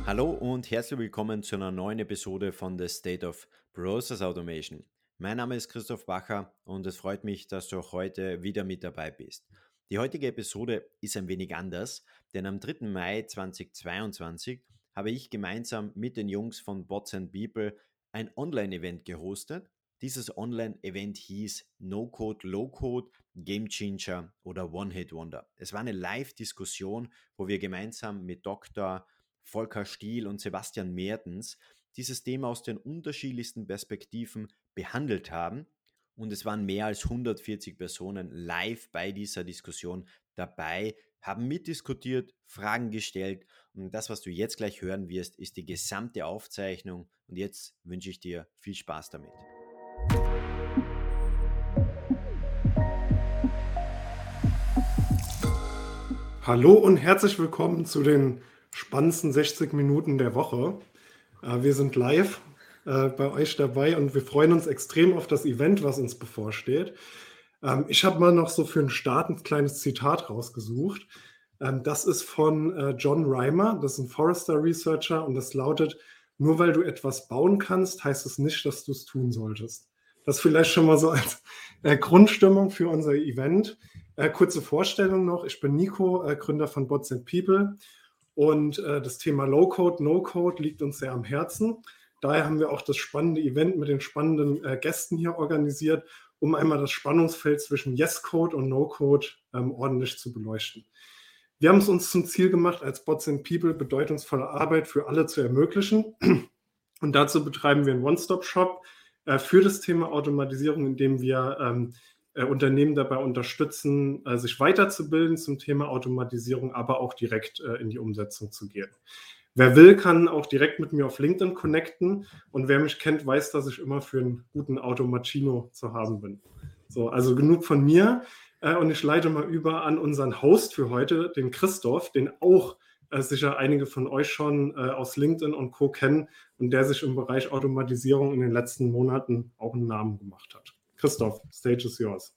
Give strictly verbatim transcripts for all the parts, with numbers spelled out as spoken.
Hallo und herzlich willkommen zu einer neuen Episode von The State of Process Automation. Mein Name ist Christoph Bacher und es freut mich, dass du auch heute wieder mit dabei bist. Die heutige Episode ist ein wenig anders, denn am dritten Mai zweitausendzweiundzwanzig habe ich gemeinsam mit den Jungs von Bots and People ein Online-Event gehostet. Dieses Online-Event hieß No Code, Low Code, Game Changer oder One-Hit Wonder. Es war eine Live-Diskussion, wo wir gemeinsam mit Doktor Volker Stiel und Sebastian Mertens dieses Thema aus den unterschiedlichsten Perspektiven behandelt haben. Und es waren mehr als hundertvierzig Personen live bei dieser Diskussion dabei, haben mitdiskutiert, Fragen gestellt. Und das, was du jetzt gleich hören wirst, ist die gesamte Aufzeichnung. Und jetzt wünsche ich dir viel Spaß damit. Hallo und herzlich willkommen zu den spannendsten sechzig Minuten der Woche. Wir sind live bei euch dabei und wir freuen uns extrem auf das Event, was uns bevorsteht. Ich habe mal noch so für einen Start ein kleines Zitat rausgesucht. Das ist von John Reimer, das ist ein Forrester Researcher, und das lautet: Nur weil du etwas bauen kannst, heißt es nicht, dass du es tun solltest. Das vielleicht schon mal so als Grundstimmung für unser Event. Äh, kurze Vorstellung noch: Ich bin Nico, äh, Gründer von Bots and People, und äh, das Thema Low-Code, No-Code liegt uns sehr am Herzen. Daher haben wir auch das spannende Event mit den spannenden äh, Gästen hier organisiert, um einmal das Spannungsfeld zwischen Yes-Code und No-Code ähm, ordentlich zu beleuchten. Wir haben es uns zum Ziel gemacht, als Bots and People bedeutungsvolle Arbeit für alle zu ermöglichen. Und dazu betreiben wir einen One-Stop-Shop äh, für das Thema Automatisierung, in dem wir ähm, Äh, Unternehmen dabei unterstützen, äh, sich weiterzubilden zum Thema Automatisierung, aber auch direkt äh, in die Umsetzung zu gehen. Wer will, kann auch direkt mit mir auf LinkedIn connecten, und wer mich kennt, weiß, dass ich immer für einen guten Automachino zu haben bin. So, also genug von mir, äh, und ich leite mal über an unseren Host für heute, den Christoph, den auch äh, sicher einige von euch schon äh, aus LinkedIn und Co. kennen und der sich im Bereich Automatisierung in den letzten Monaten auch einen Namen gemacht hat. Christoph, stage is yours.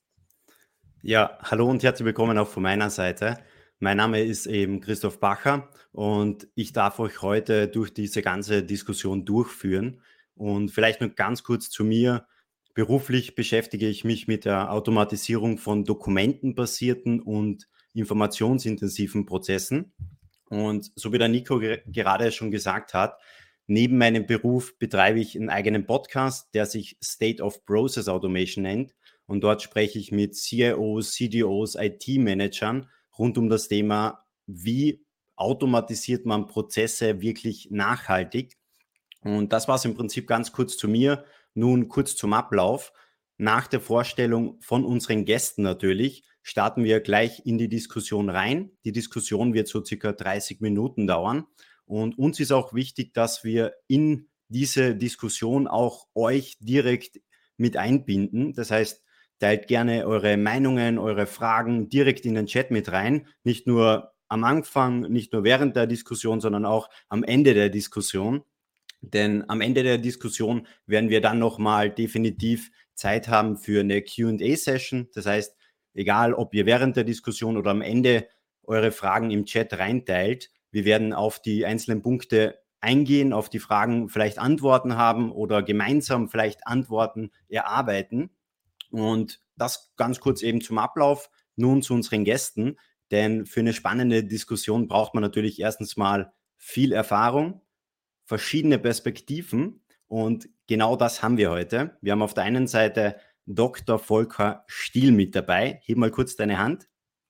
Ja, hallo und herzlich willkommen auch von meiner Seite. Mein Name ist eben Christoph Bacher und ich darf euch heute durch diese ganze Diskussion durchführen. Und vielleicht noch ganz kurz zu mir. Beruflich beschäftige ich mich mit der Automatisierung von dokumentenbasierten und informationsintensiven Prozessen. Und so wie der Nico ge- gerade schon gesagt hat, neben meinem Beruf betreibe ich einen eigenen Podcast, der sich State of Process Automation nennt. Und dort spreche ich mit C I Os, C D Os, I T-Managern rund um das Thema, wie automatisiert man Prozesse wirklich nachhaltig. Und das war es im Prinzip ganz kurz zu mir. Nun kurz zum Ablauf. Nach der Vorstellung von unseren Gästen natürlich starten wir gleich in die Diskussion rein. Die Diskussion wird so circa dreißig Minuten dauern. Und uns ist auch wichtig, dass wir in diese Diskussion auch euch direkt mit einbinden. Das heißt, teilt gerne eure Meinungen, eure Fragen direkt in den Chat mit rein. Nicht nur am Anfang, nicht nur während der Diskussion, sondern auch am Ende der Diskussion. Denn am Ende der Diskussion werden wir dann nochmal definitiv Zeit haben für eine Q und A-Session. Das heißt, egal ob ihr während der Diskussion oder am Ende eure Fragen im Chat reinteilt, wir werden auf die einzelnen Punkte eingehen, auf die Fragen vielleicht Antworten haben oder gemeinsam vielleicht Antworten erarbeiten. Und das ganz kurz eben zum Ablauf. Nun zu unseren Gästen, denn für eine spannende Diskussion braucht man natürlich erstens mal viel Erfahrung, verschiedene Perspektiven, und genau das haben wir heute. Wir haben auf der einen Seite Doktor Volker Stiel mit dabei. Heb mal kurz deine Hand.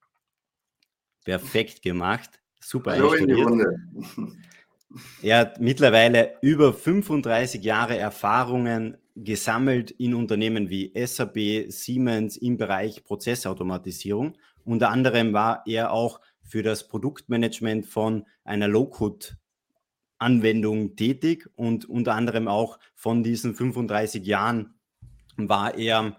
Perfekt gemacht. Super Hallo in die einstudiert. Runde. Er hat mittlerweile über fünfunddreißig Jahre Erfahrungen gesammelt in Unternehmen wie S A P, Siemens im Bereich Prozessautomatisierung. Unter anderem war er auch für das Produktmanagement von einer Low-Code-Anwendung tätig, und unter anderem auch von diesen fünfunddreißig Jahren war er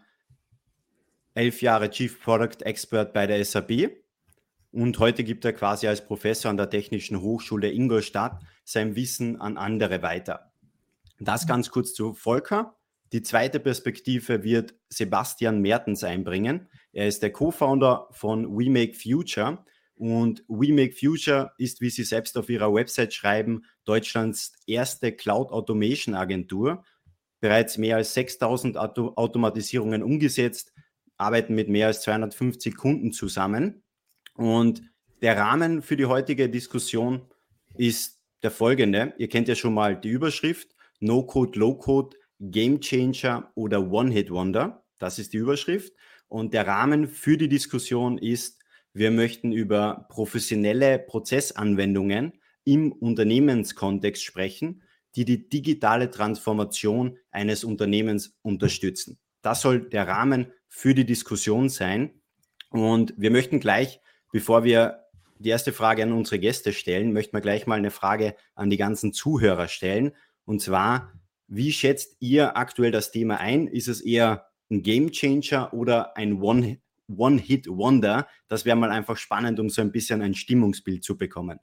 elf Jahre Chief Product Expert bei der S A P. Und heute gibt er quasi als Professor an der Technischen Hochschule Ingolstadt sein Wissen an andere weiter. Das ganz kurz zu Volker. Die zweite Perspektive wird Sebastian Mertens einbringen. Er ist der Co-Founder von We Make Future Und We Make Future ist, wie Sie selbst auf Ihrer Website schreiben, Deutschlands erste Cloud Automation Agentur. Bereits mehr als sechstausend Auto- Automatisierungen umgesetzt, arbeiten mit mehr als zweihundertfünfzig Kunden zusammen. Und der Rahmen für die heutige Diskussion ist der folgende. Ihr kennt ja schon mal die Überschrift: No-Code, Low-Code, Game Changer oder One-Hit-Wonder. Das ist die Überschrift. Und der Rahmen für die Diskussion ist: Wir möchten über professionelle Prozessanwendungen im Unternehmenskontext sprechen, die die digitale Transformation eines Unternehmens unterstützen. Das soll der Rahmen für die Diskussion sein. Und wir möchten gleich, bevor wir die erste Frage an unsere Gäste stellen, möchten wir gleich mal eine Frage an die ganzen Zuhörer stellen. Und zwar: Wie schätzt ihr aktuell das Thema ein? Ist es eher ein Game Changer oder ein One, One-Hit-Wonder? Das wäre mal einfach spannend, um so ein bisschen ein Stimmungsbild zu bekommen.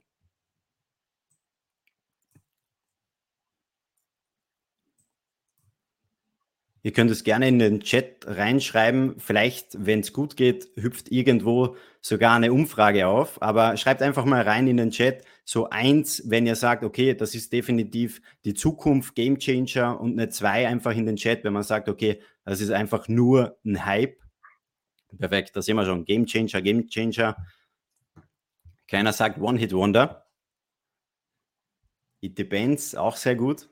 Ihr könnt es gerne in den Chat reinschreiben. Vielleicht, wenn es gut geht, hüpft irgendwo sogar eine Umfrage auf. Aber schreibt einfach mal rein in den Chat so eins, wenn ihr sagt, okay, das ist definitiv die Zukunft, Game Changer, und eine zwei einfach in den Chat, wenn man sagt, okay, das ist einfach nur ein Hype. Perfekt, da sehen wir schon. Game Changer, Game Changer. Keiner sagt One-Hit-Wonder. It depends, auch sehr gut.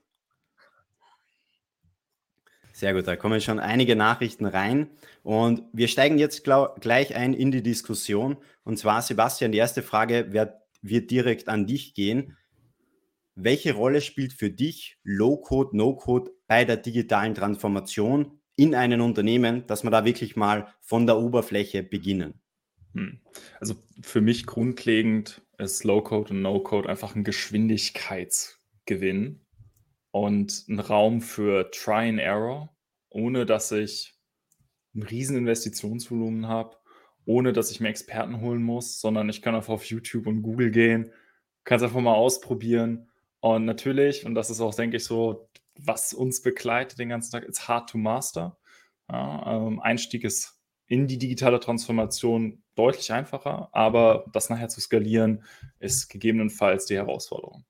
Sehr gut, da kommen schon einige Nachrichten rein und wir steigen jetzt glaub, gleich ein in die Diskussion. Und zwar, Sebastian, die erste Frage wird, wird direkt an dich gehen. Welche Rolle spielt für dich Low-Code, No-Code bei der digitalen Transformation in einem Unternehmen, dass wir da wirklich mal von der Oberfläche beginnen? Hm. Also für mich grundlegend ist Low-Code und No-Code einfach ein Geschwindigkeitsgewinn und ein Raum für Try and Error, ohne dass ich ein riesen Investitionsvolumen habe, ohne dass ich mir Experten holen muss, sondern ich kann einfach auf YouTube und Google gehen, kann es einfach mal ausprobieren. Und natürlich, und das ist auch, denke ich, so, was uns begleitet den ganzen Tag, it's hard to master. Ja, ähm, Einstieg ist in die digitale Transformation deutlich einfacher, aber das nachher zu skalieren, ist gegebenenfalls die Herausforderung.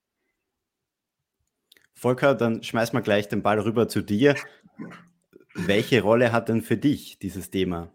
Volker, dann schmeiß mal gleich den Ball rüber zu dir. Welche Rolle hat denn für dich dieses Thema?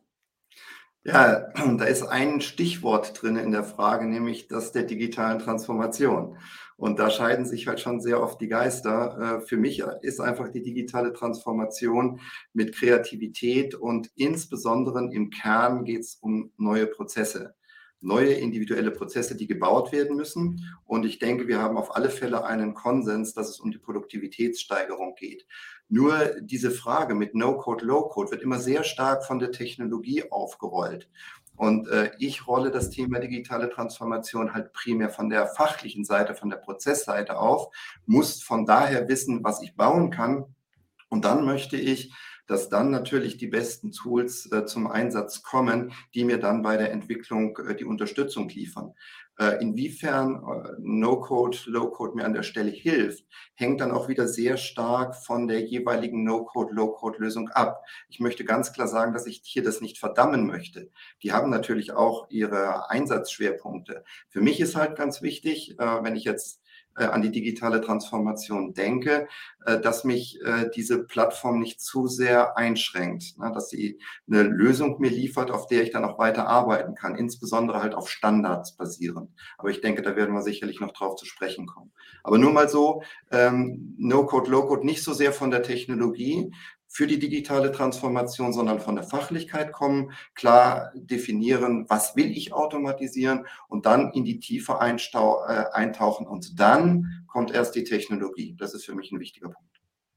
Ja, da ist ein Stichwort drin in der Frage, nämlich das der digitalen Transformation. Und da scheiden sich halt schon sehr oft die Geister. Für mich ist einfach die digitale Transformation mit Kreativität und insbesondere im Kern geht es um neue Prozesse. Neue individuelle Prozesse, die gebaut werden müssen. Und ich denke, wir haben auf alle Fälle einen Konsens, dass es um die Produktivitätssteigerung geht. Nur diese Frage mit No-Code, Low-Code wird immer sehr stark von der Technologie aufgerollt. Und äh, ich rolle das Thema digitale Transformation halt primär von der fachlichen Seite, von der Prozessseite auf, muss von daher wissen, was ich bauen kann. Und dann möchte ich, dass dann natürlich die besten Tools äh, zum Einsatz kommen, die mir dann bei der Entwicklung äh, die Unterstützung liefern. Äh, inwiefern äh, No-Code, Low-Code mir an der Stelle hilft, hängt dann auch wieder sehr stark von der jeweiligen No-Code, Low-Code-Lösung ab. Ich möchte ganz klar sagen, dass ich hier das nicht verdammen möchte. Die haben natürlich auch ihre Einsatzschwerpunkte. Für mich ist halt ganz wichtig, äh, wenn ich jetzt an die digitale Transformation denke, dass mich diese Plattform nicht zu sehr einschränkt, dass sie eine Lösung mir liefert, auf der ich dann auch weiter arbeiten kann, insbesondere halt auf Standards basierend. Aber ich denke, da werden wir sicherlich noch drauf zu sprechen kommen. Aber nur mal so, ähm, No-Code, Low-Code nicht so sehr von der Technologie für die digitale Transformation, sondern von der Fachlichkeit kommen, klar definieren, was will ich automatisieren und dann in die Tiefe einstau- äh, eintauchen und dann kommt erst die Technologie. Das ist für mich ein wichtiger Punkt.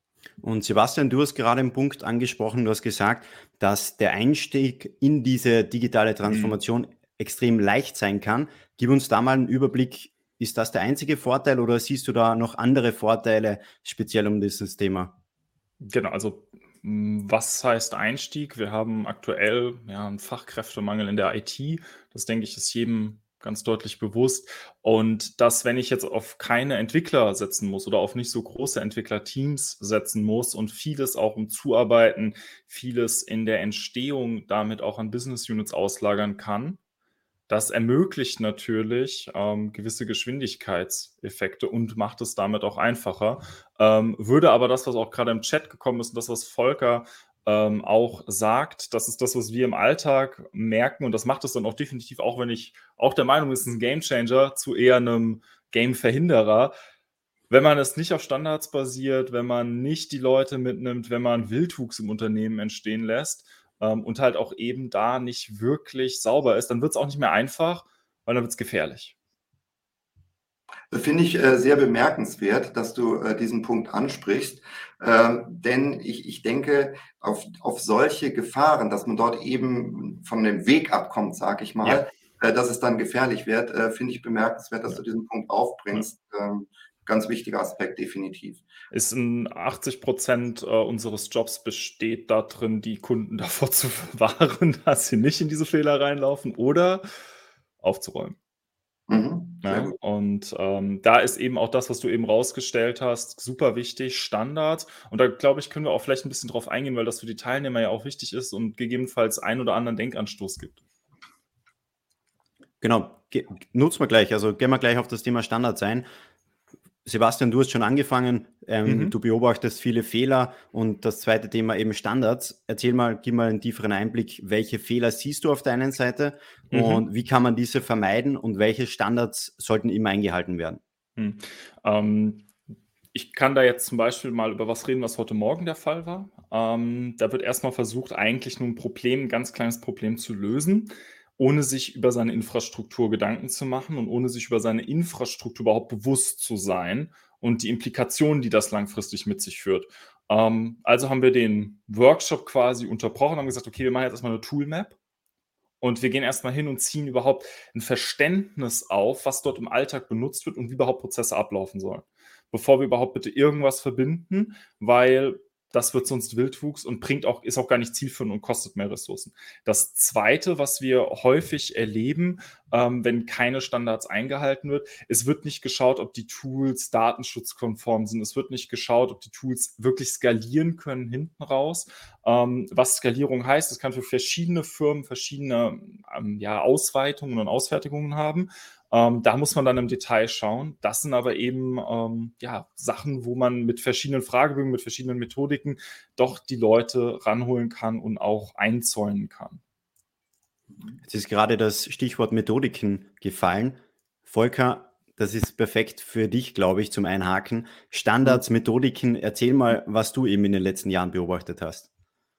Und Sebastian, du hast gerade einen Punkt angesprochen, du hast gesagt, dass der Einstieg in diese digitale Transformation mhm. extrem leicht sein kann. Gib uns da mal einen Überblick, ist das der einzige Vorteil oder siehst du da noch andere Vorteile, speziell um dieses Thema? Genau, also was heißt Einstieg? Wir haben aktuell ja einen Fachkräftemangel in der I T. Das, denke ich, ist jedem ganz deutlich bewusst. Und dass, wenn ich jetzt auf keine Entwickler setzen muss oder auf nicht so große Entwicklerteams setzen muss und vieles auch im Zuarbeiten, vieles in der Entstehung damit auch an Business Units auslagern kann, Das ermöglicht natürlich ähm, gewisse Geschwindigkeitseffekte und macht es damit auch einfacher. Ähm, würde aber das, was auch gerade im Chat gekommen ist und das, was Volker ähm, auch sagt, das ist das, was wir im Alltag merken und das macht es dann auch definitiv, auch wenn ich auch der Meinung bin, es ist ein Gamechanger, zu eher einem Game-Verhinderer. Wenn man es nicht auf Standards basiert, wenn man nicht die Leute mitnimmt, wenn man Wildwuchs im Unternehmen entstehen lässt ähm, und halt auch eben da nicht wirklich sauber ist, dann wird es auch nicht mehr einfach, weil dann wird es gefährlich. Finde ich äh, sehr bemerkenswert, dass du äh, diesen Punkt ansprichst, äh, denn ich, ich denke, auf, auf solche Gefahren, dass man dort eben von dem Weg abkommt, sage ich mal, Ja. äh, dass es dann gefährlich wird, äh, finde ich bemerkenswert, dass Ja. du diesen Punkt aufbringst. Ähm, ganz wichtiger Aspekt, definitiv. Ist in achtzig Prozent äh, unseres Jobs besteht darin, die Kunden davor zu bewahren, dass sie nicht in diese Fehler reinlaufen oder aufzuräumen. Mhm, sehr Ja, gut. und ähm, da ist eben auch das, was du eben rausgestellt hast, super wichtig, Standards. Und da glaube ich, können wir auch vielleicht ein bisschen drauf eingehen, weil das für die Teilnehmer ja auch wichtig ist und gegebenenfalls einen oder anderen Denkanstoß gibt. Genau, ge- nutzen wir gleich. Also gehen wir gleich auf das Thema Standards ein. Sebastian, du hast schon angefangen, ähm, Mhm. du beobachtest viele Fehler und das zweite Thema eben Standards. Erzähl mal, gib mal einen tieferen Einblick, welche Fehler siehst du auf der einen Seite und Mhm. wie kann man diese vermeiden und welche Standards sollten immer eingehalten werden? Mhm. Ähm, ich kann da jetzt zum Beispiel mal über was reden, was heute Morgen der Fall war. Ähm, da wird erstmal versucht, eigentlich nur ein Problem, ein ganz kleines Problem zu lösen, ohne sich über seine Infrastruktur Gedanken zu machen und ohne sich über seine Infrastruktur überhaupt bewusst zu sein und die Implikationen, die das langfristig mit sich führt. Ähm, also haben wir den Workshop quasi unterbrochen und haben gesagt, okay, wir machen jetzt erstmal eine Toolmap. Und wir gehen erstmal hin und ziehen überhaupt ein Verständnis auf, was dort im Alltag benutzt wird und wie überhaupt Prozesse ablaufen sollen. Bevor wir überhaupt bitte irgendwas verbinden, weil das wird sonst Wildwuchs und bringt auch, ist auch gar nicht zielführend und kostet mehr Ressourcen. Das Zweite, was wir häufig erleben, ähm, wenn keine Standards eingehalten wird, es wird nicht geschaut, ob die Tools datenschutzkonform sind. Es wird nicht geschaut, ob die Tools wirklich skalieren können hinten raus. Ähm, was Skalierung heißt, es kann für verschiedene Firmen verschiedene ähm, ja, Ausweitungen und Ausfertigungen haben. Ähm, da muss man dann im Detail schauen. Das sind aber eben ähm, ja, Sachen, wo man mit verschiedenen Fragebögen, mit verschiedenen Methodiken doch die Leute ranholen kann und auch einzäunen kann. Jetzt ist gerade das Stichwort Methodiken gefallen. Volker, das ist perfekt für dich, glaube ich, zum Einhaken. Standards, Methodiken, erzähl mal, was du eben in den letzten Jahren beobachtet hast.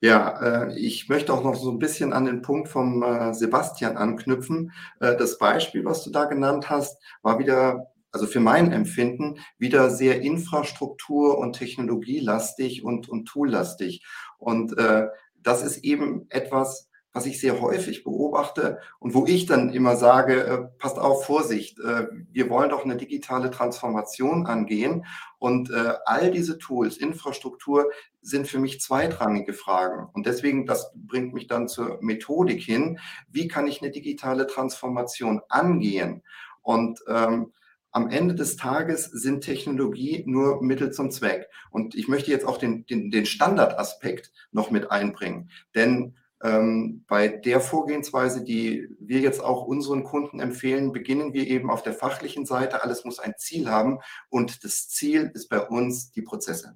Ja, äh, ich möchte auch noch so ein bisschen an den Punkt vom äh, Sebastian anknüpfen. Äh, das Beispiel, was du da genannt hast, war wieder, also für mein Empfinden, wieder sehr infrastruktur- und technologielastig und, und toollastig. Und äh, das ist eben etwas, was ich sehr häufig beobachte und wo ich dann immer sage, äh, passt auf, Vorsicht, äh, wir wollen doch eine digitale Transformation angehen und äh, all diese Tools, Infrastruktur, sind für mich zweitrangige Fragen. Und deswegen, das bringt mich dann zur Methodik hin. Wie kann ich eine digitale Transformation angehen? Und ähm, am Ende des Tages sind Technologie nur Mittel zum Zweck. Und ich möchte jetzt auch den, den, den Standardaspekt noch mit einbringen. Denn ähm, bei der Vorgehensweise, die wir jetzt auch unseren Kunden empfehlen, beginnen wir eben auf der fachlichen Seite. Alles muss ein Ziel haben. Und das Ziel ist bei uns die Prozesse.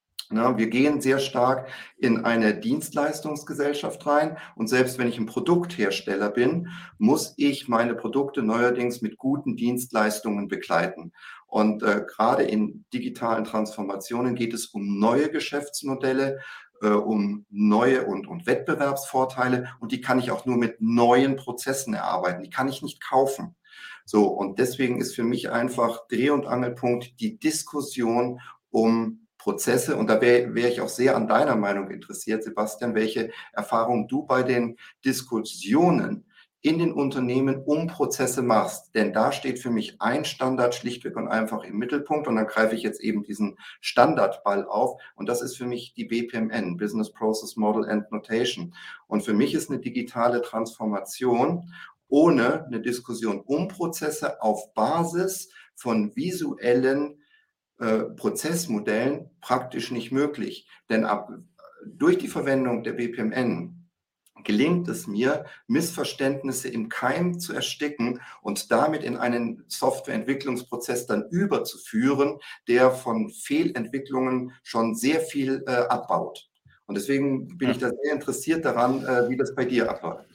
Ja, wir gehen sehr stark in eine Dienstleistungsgesellschaft rein und selbst wenn ich ein Produkthersteller bin, muss ich meine Produkte neuerdings mit guten Dienstleistungen begleiten. Und äh, gerade in digitalen Transformationen geht es um neue Geschäftsmodelle, äh, um neue und, und Wettbewerbsvorteile und die kann ich auch nur mit neuen Prozessen erarbeiten. Die kann ich nicht kaufen. So, und deswegen ist für mich einfach Dreh- und Angelpunkt die Diskussion um Prozesse. Und da wäre wär ich auch sehr an deiner Meinung interessiert, Sebastian, welche Erfahrungen du bei den Diskussionen in den Unternehmen um Prozesse machst. Denn da steht für mich ein Standard schlichtweg und einfach im Mittelpunkt. Und dann greife ich jetzt eben diesen Standardball auf. Und das ist für mich die B P M N, Business Process Model and Notation. Und für mich ist eine digitale Transformation ohne eine Diskussion um Prozesse auf Basis von visuellen äh, Prozessmodellen praktisch nicht möglich. Denn ab, durch die Verwendung der B P M N gelingt es mir, Missverständnisse im Keim zu ersticken und damit in einen Softwareentwicklungsprozess dann überzuführen, der von Fehlentwicklungen schon sehr viel äh, abbaut. Und deswegen bin Ja. ich da sehr interessiert daran, äh, wie das bei dir abläuft.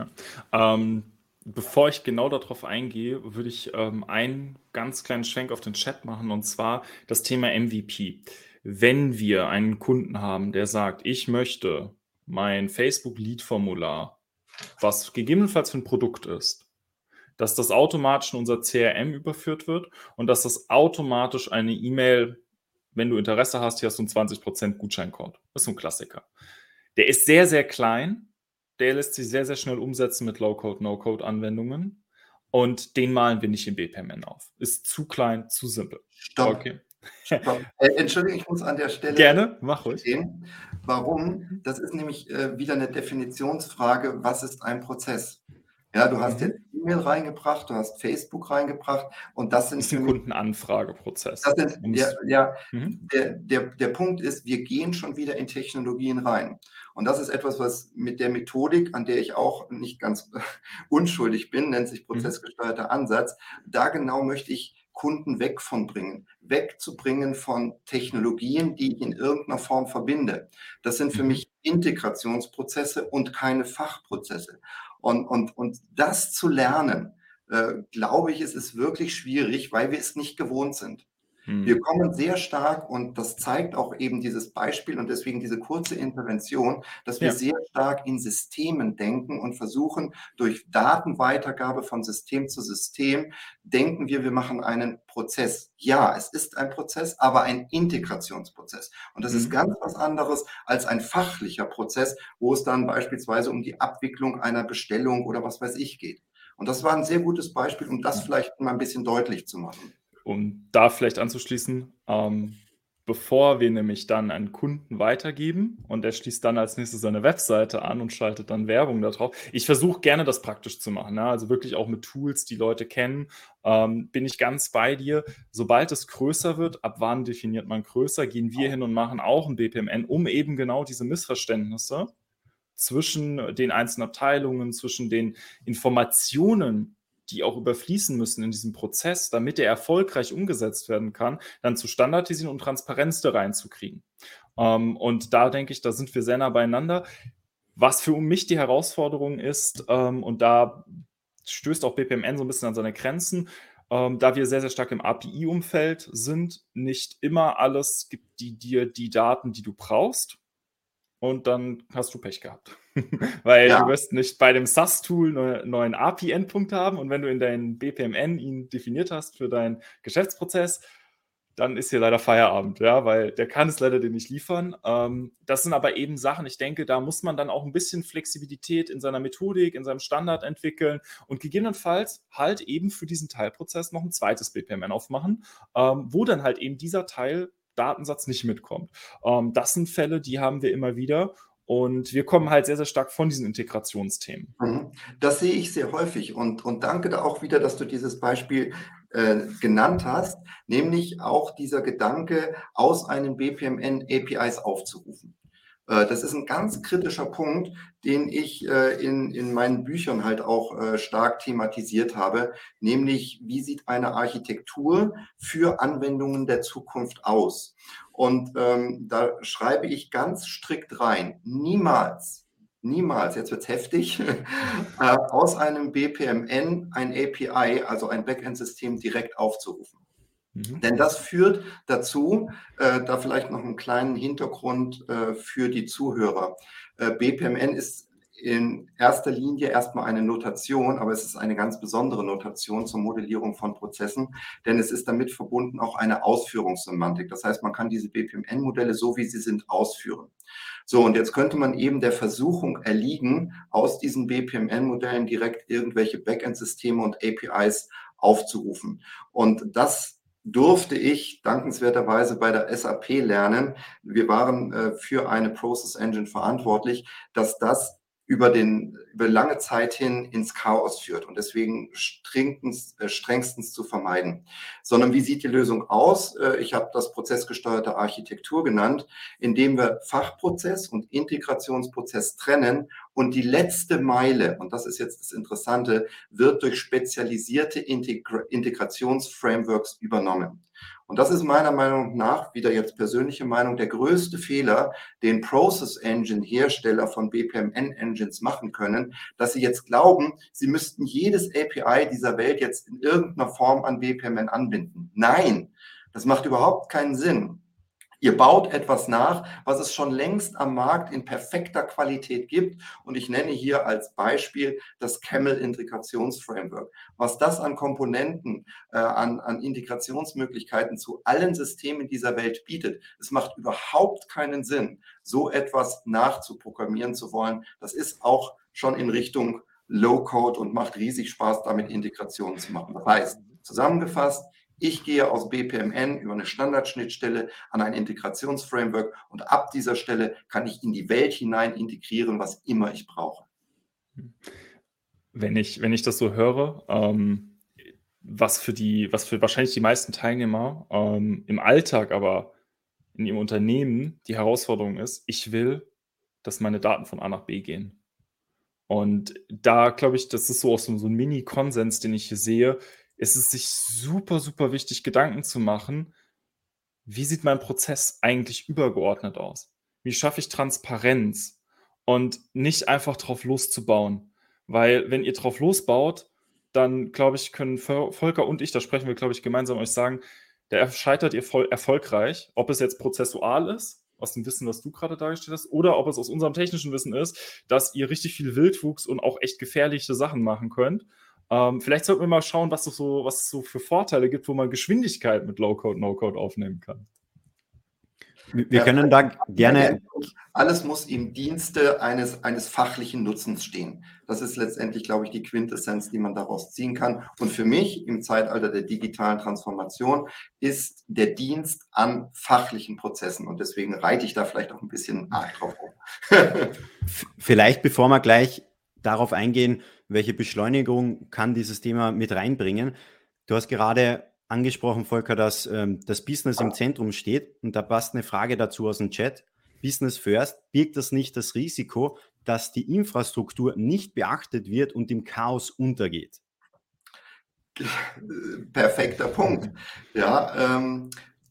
Ja. Ähm, bevor ich genau darauf eingehe, würde ich ähm, einen ganz kleinen Schwenk auf den Chat machen, und zwar das Thema M V P. Wenn wir einen Kunden haben, der sagt, ich möchte mein Facebook-Lead-Formular, was gegebenenfalls für ein Produkt ist, dass das automatisch in unser C R M überführt wird und dass das automatisch eine E-Mail, wenn du Interesse hast, hier hast du einen zwanzig Prozent Gutscheincode. Das ist so ein Klassiker. Der ist sehr, sehr klein. Der lässt sich sehr, sehr schnell umsetzen mit Low-Code, No-Code-Anwendungen. Und den malen wir nicht im B P M N auf. Ist zu klein, zu simpel. Stopp. Okay. Stopp. Äh, Entschuldigung, ich muss an der Stelle Gerne, mach ruhig. sehen. Warum? Das ist nämlich äh, wieder eine Definitionsfrage. Was ist ein Prozess? Ja, du hast Mhm. jetzt E-Mail reingebracht, du hast Facebook reingebracht und das sind Das ist für ein mich, Kundenanfrageprozess. das sind, Um's- ja, ja Mhm. der, der, der Punkt ist, wir gehen schon wieder in Technologien rein. Und das ist etwas, was mit der Methodik, an der ich auch nicht ganz unschuldig bin, nennt sich prozessgesteuerter Ansatz, da genau möchte ich Kunden weg von bringen, wegzubringen von Technologien, die ich in irgendeiner Form verbinde. Das sind für Mhm. mich Integrationsprozesse und keine Fachprozesse. Und, und, und das zu lernen, äh, glaube ich, es ist wirklich schwierig, weil wir es nicht gewohnt sind. Wir Mhm. kommen sehr stark, und das zeigt auch eben dieses Beispiel und deswegen diese kurze Intervention, dass wir Ja. sehr stark in Systemen denken und versuchen, durch Datenweitergabe von System zu System, denken wir, wir machen einen Prozess. Ja, es ist ein Prozess, aber ein Integrationsprozess. Und das ist Mhm. ganz was anderes als ein fachlicher Prozess, wo es dann beispielsweise um die Abwicklung einer Bestellung oder was weiß ich geht. Und das war ein sehr gutes Beispiel, um das Ja. vielleicht mal ein bisschen deutlich zu machen. Um da vielleicht anzuschließen, ähm, bevor wir nämlich dann einen Kunden weitergeben und er schließt dann als nächstes seine Webseite an und schaltet dann Werbung da drauf. Ich versuche gerne das praktisch zu machen, ne? Also wirklich auch mit Tools, die Leute kennen, ähm, bin ich ganz bei dir. Sobald es größer wird, ab wann definiert man größer, gehen wir hin und machen auch ein B P M N, um eben genau diese Missverständnisse zwischen den einzelnen Abteilungen, zwischen den Informationen, die auch überfließen müssen in diesem Prozess, damit er erfolgreich umgesetzt werden kann, dann zu standardisieren und Transparenz da reinzukriegen. Ähm, und da denke ich, da sind wir sehr nah beieinander. Was für mich die Herausforderung ist, ähm, und da stößt auch B P M N so ein bisschen an seine Grenzen, ähm, da wir sehr, sehr stark im A P I-Umfeld sind, nicht immer alles gibt die, dir die Daten, die du brauchst. Und dann hast du Pech gehabt. Weil Ja. du wirst nicht bei dem S A S-Tool einen neuen A P I-Endpunkt haben und wenn du in deinem B P M N ihn definiert hast für deinen Geschäftsprozess, dann ist hier leider Feierabend, ja, weil der kann es leider dir nicht liefern. Ähm, das sind aber eben Sachen, ich denke, da muss man dann auch ein bisschen Flexibilität in seiner Methodik, in seinem Standard entwickeln und gegebenenfalls halt eben für diesen Teilprozess noch ein zweites B P M N aufmachen, ähm, wo dann halt eben dieser Teil Datensatz nicht mitkommt. Ähm, das sind Fälle, die haben wir immer wieder und wir kommen halt sehr, sehr stark von diesen Integrationsthemen. Mhm. Das sehe ich sehr häufig und, und danke da auch wieder, dass du dieses Beispiel äh, genannt hast, nämlich auch dieser Gedanke, aus einem B P M N A P Is aufzurufen. Äh, das ist ein ganz kritischer Punkt, den ich äh, in, in meinen Büchern halt auch äh, stark thematisiert habe, nämlich wie sieht eine Architektur für Anwendungen der Zukunft aus? Und ähm, da schreibe ich ganz strikt rein, niemals, niemals, jetzt wird's heftig, äh, aus einem B P M N ein A P I, also ein Backend-System, direkt aufzurufen. Mhm. Denn das führt dazu, äh, da vielleicht noch einen kleinen Hintergrund äh, für die Zuhörer. Äh, B P M N ist in erster Linie erstmal eine Notation, aber es ist eine ganz besondere Notation zur Modellierung von Prozessen, denn es ist damit verbunden auch eine Ausführungssemantik. Das heißt, man kann diese B P M N-Modelle, so wie sie sind, ausführen. So, und jetzt könnte man eben der Versuchung erliegen, aus diesen B P M N-Modellen direkt irgendwelche Backend-Systeme und A P Is aufzurufen. Und das durfte ich dankenswerterweise bei der S A P lernen. Wir waren äh, für eine Process Engine verantwortlich, dass das über, den, über lange Zeit hin ins Chaos führt und deswegen strengstens, äh, strengstens zu vermeiden. Sondern wie sieht die Lösung aus? Äh, ich habe das prozessgesteuerte Architektur genannt, indem wir Fachprozess und Integrationsprozess trennen Und die letzte Meile, und das ist jetzt das Interessante, wird durch spezialisierte Integra- Integrationsframeworks übernommen. Und das ist meiner Meinung nach, wieder jetzt persönliche Meinung, der größte Fehler, den Process Engine Hersteller von B P M N Engines machen können, dass sie jetzt glauben, sie müssten jedes A P I dieser Welt jetzt in irgendeiner Form an B P M N anbinden. Nein, das macht überhaupt keinen Sinn. Ihr baut etwas nach, was es schon längst am Markt in perfekter Qualität gibt. Und ich nenne hier als Beispiel das Camel Integrationsframework. Was das an Komponenten, äh, an, an Integrationsmöglichkeiten zu allen Systemen dieser Welt bietet, es macht überhaupt keinen Sinn, so etwas nachzuprogrammieren zu wollen. Das ist auch schon in Richtung Low-Code und macht riesig Spaß, damit Integrationen zu machen. Das heißt, zusammengefasst, ich gehe aus B P M N über eine Standardschnittstelle an ein Integrationsframework und ab dieser Stelle kann ich in die Welt hinein integrieren, was immer ich brauche. Wenn ich, wenn ich das so höre, ähm, was für die, was für wahrscheinlich die meisten Teilnehmer ähm, im Alltag, aber in ihrem Unternehmen die Herausforderung ist, ich will, dass meine Daten von A nach B gehen. Und da glaube ich, das ist so auch so, so ein Mini-Konsens, den ich hier sehe, ist es sich super, super wichtig, Gedanken zu machen, wie sieht mein Prozess eigentlich übergeordnet aus? Wie schaffe ich Transparenz und nicht einfach drauf loszubauen? Weil wenn ihr drauf losbaut, dann glaube ich, können Vol- Volker und ich, da sprechen wir, glaube ich, gemeinsam euch sagen, da scheitert ihr voll erfolgreich, ob es jetzt prozessual ist, aus dem Wissen, was du gerade dargestellt hast, oder ob es aus unserem technischen Wissen ist, dass ihr richtig viel Wildwuchs und auch echt gefährliche Sachen machen könnt. Ähm, vielleicht sollten wir mal schauen, was es so, was es so für Vorteile gibt, wo man Geschwindigkeit mit Low-Code, No-Code aufnehmen kann. Wir wir können da gerne, Alles muss im Dienste eines, eines fachlichen Nutzens stehen. Das ist letztendlich, glaube ich, die Quintessenz, die man daraus ziehen kann. Und für mich im Zeitalter der digitalen Transformation ist der Dienst an fachlichen Prozessen. Und deswegen reite ich da vielleicht auch ein bisschen arg drauf um. f- vielleicht bevor wir gleich darauf eingehen, welche Beschleunigung kann dieses Thema mit reinbringen. Du hast gerade angesprochen, Volker, dass ähm, das Business im Zentrum steht und da passt eine Frage dazu aus dem Chat. Business first, birgt das nicht das Risiko, dass die Infrastruktur nicht beachtet wird und im Chaos untergeht? Perfekter Punkt. Ja, ähm,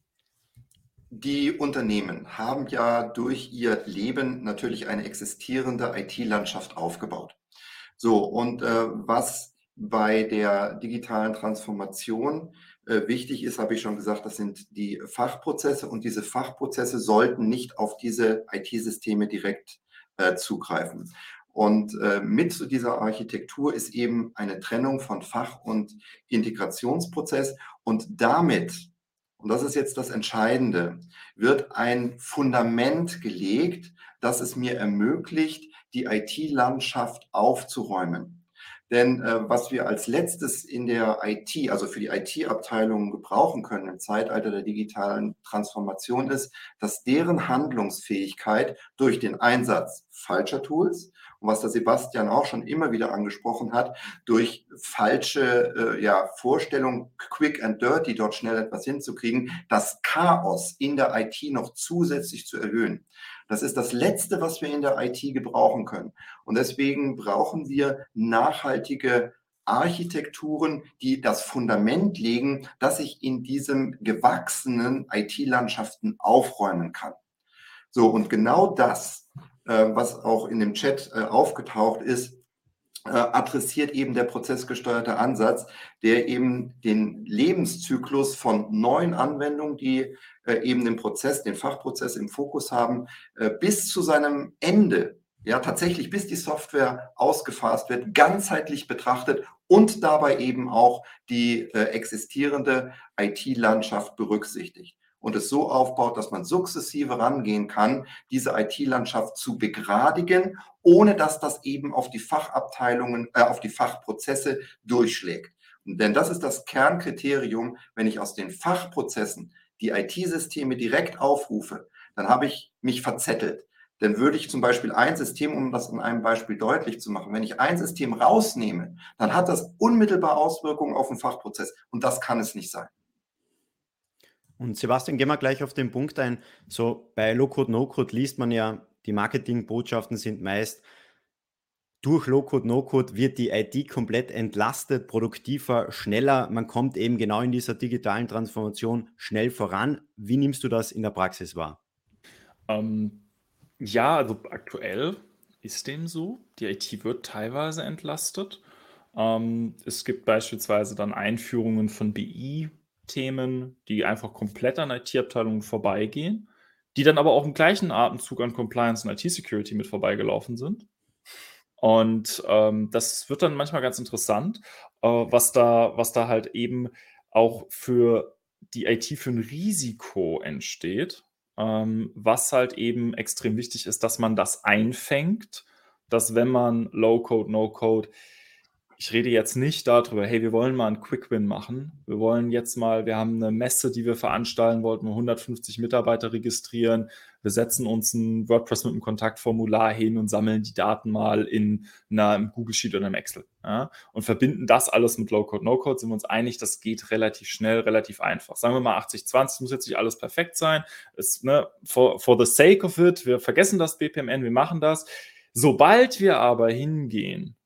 die Unternehmen haben ja durch ihr Leben natürlich eine existierende I T-Landschaft aufgebaut. So, und äh, was bei der digitalen Transformation äh, wichtig ist, habe ich schon gesagt, das sind die Fachprozesse und diese Fachprozesse sollten nicht auf diese I T-Systeme direkt äh, zugreifen. Und äh, mit zu dieser Architektur ist eben eine Trennung von Fach- und Integrationsprozess und damit, und das ist jetzt das Entscheidende, wird ein Fundament gelegt, das es mir ermöglicht, die I T-Landschaft aufzuräumen. Denn äh, was wir als letztes in der I T, also für die I T-Abteilungen gebrauchen können im Zeitalter der digitalen Transformation ist, dass deren Handlungsfähigkeit durch den Einsatz falscher Tools und was der Sebastian auch schon immer wieder angesprochen hat, durch falsche äh, ja, Vorstellungen, quick and dirty, dort schnell etwas hinzukriegen, das Chaos in der I T noch zusätzlich zu erhöhen. Das ist das Letzte, was wir in der I T gebrauchen können. Und deswegen brauchen wir nachhaltige Architekturen, die das Fundament legen, dass ich in diesem gewachsenen I T-Landschaften aufräumen kann. So, und genau das, äh, was auch in dem Chat äh, aufgetaucht ist, äh, adressiert eben der prozessgesteuerte Ansatz, der eben den Lebenszyklus von neuen Anwendungen, die äh, eben den Prozess, den Fachprozess im Fokus haben, äh, bis zu seinem Ende, ja tatsächlich bis die Software ausgefasst wird, ganzheitlich betrachtet und dabei eben auch die äh, existierende I T-Landschaft berücksichtigt und es so aufbaut, dass man sukzessive rangehen kann, diese I T-Landschaft zu begradigen, ohne dass das eben auf die Fachabteilungen, äh, auf die Fachprozesse durchschlägt. Und denn das ist das Kernkriterium, wenn ich aus den Fachprozessen die I T-Systeme direkt aufrufe, dann habe ich mich verzettelt. Dann würde ich zum Beispiel ein System, um das in einem Beispiel deutlich zu machen, wenn ich ein System rausnehme, dann hat das unmittelbar Auswirkungen auf den Fachprozess und das kann es nicht sein. Und Sebastian, gehen wir gleich auf den Punkt ein. So bei Low-Code, No-Code liest man ja, die Marketingbotschaften sind meist, durch Low-Code, No-Code wird die I T komplett entlastet, produktiver, schneller. Man kommt eben genau in dieser digitalen Transformation schnell voran. Wie nimmst du das in der Praxis wahr? Ähm, ja, also aktuell ist dem so. Die I T wird teilweise entlastet. Ähm, es gibt beispielsweise dann Einführungen von B I-Themen, die einfach komplett an I T-Abteilungen vorbeigehen, die dann aber auch im gleichen Atemzug an Compliance und I T-Security mit vorbeigelaufen sind. Und ähm, das wird dann manchmal ganz interessant, äh, was da, was da halt eben auch für die I T für ein Risiko entsteht, ähm, was halt eben extrem wichtig ist, dass man das einfängt, dass wenn man Low-Code, No-Code, ich rede jetzt nicht darüber, hey, wir wollen mal einen Quick-Win machen. Wir wollen jetzt mal, wir haben eine Messe, die wir veranstalten wollten, hundertfünfzig Mitarbeiter registrieren. Wir setzen uns ein WordPress mit einem Kontaktformular hin und sammeln die Daten mal in einem Google Sheet oder einem Excel. Ja, und verbinden das alles mit Low-Code, No-Code, sind wir uns einig, das geht relativ schnell, relativ einfach. Sagen wir mal achtzig zwanzig, muss jetzt nicht alles perfekt sein. Es, ne, for, for the sake of it, wir vergessen das B P M N, wir machen das. Sobald wir aber hingehen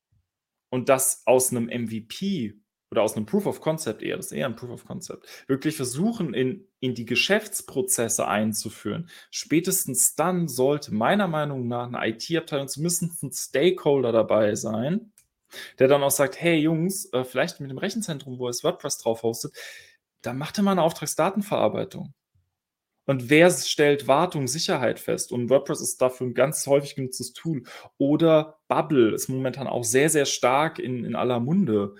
und das aus einem M V P oder aus einem Proof of Concept eher, das ist eher ein Proof of Concept, wirklich versuchen, in, in die Geschäftsprozesse einzuführen, spätestens dann sollte meiner Meinung nach eine I T-Abteilung zumindest ein Stakeholder dabei sein, der dann auch sagt, hey Jungs, äh, vielleicht mit dem Rechenzentrum, wo es WordPress drauf hostet, da macht ihr mal eine Auftragsdatenverarbeitung. Und wer stellt Wartung, Sicherheit fest? Und WordPress ist dafür ein ganz häufig genutztes Tool. Oder Bubble ist momentan auch sehr, sehr stark in, in aller Munde.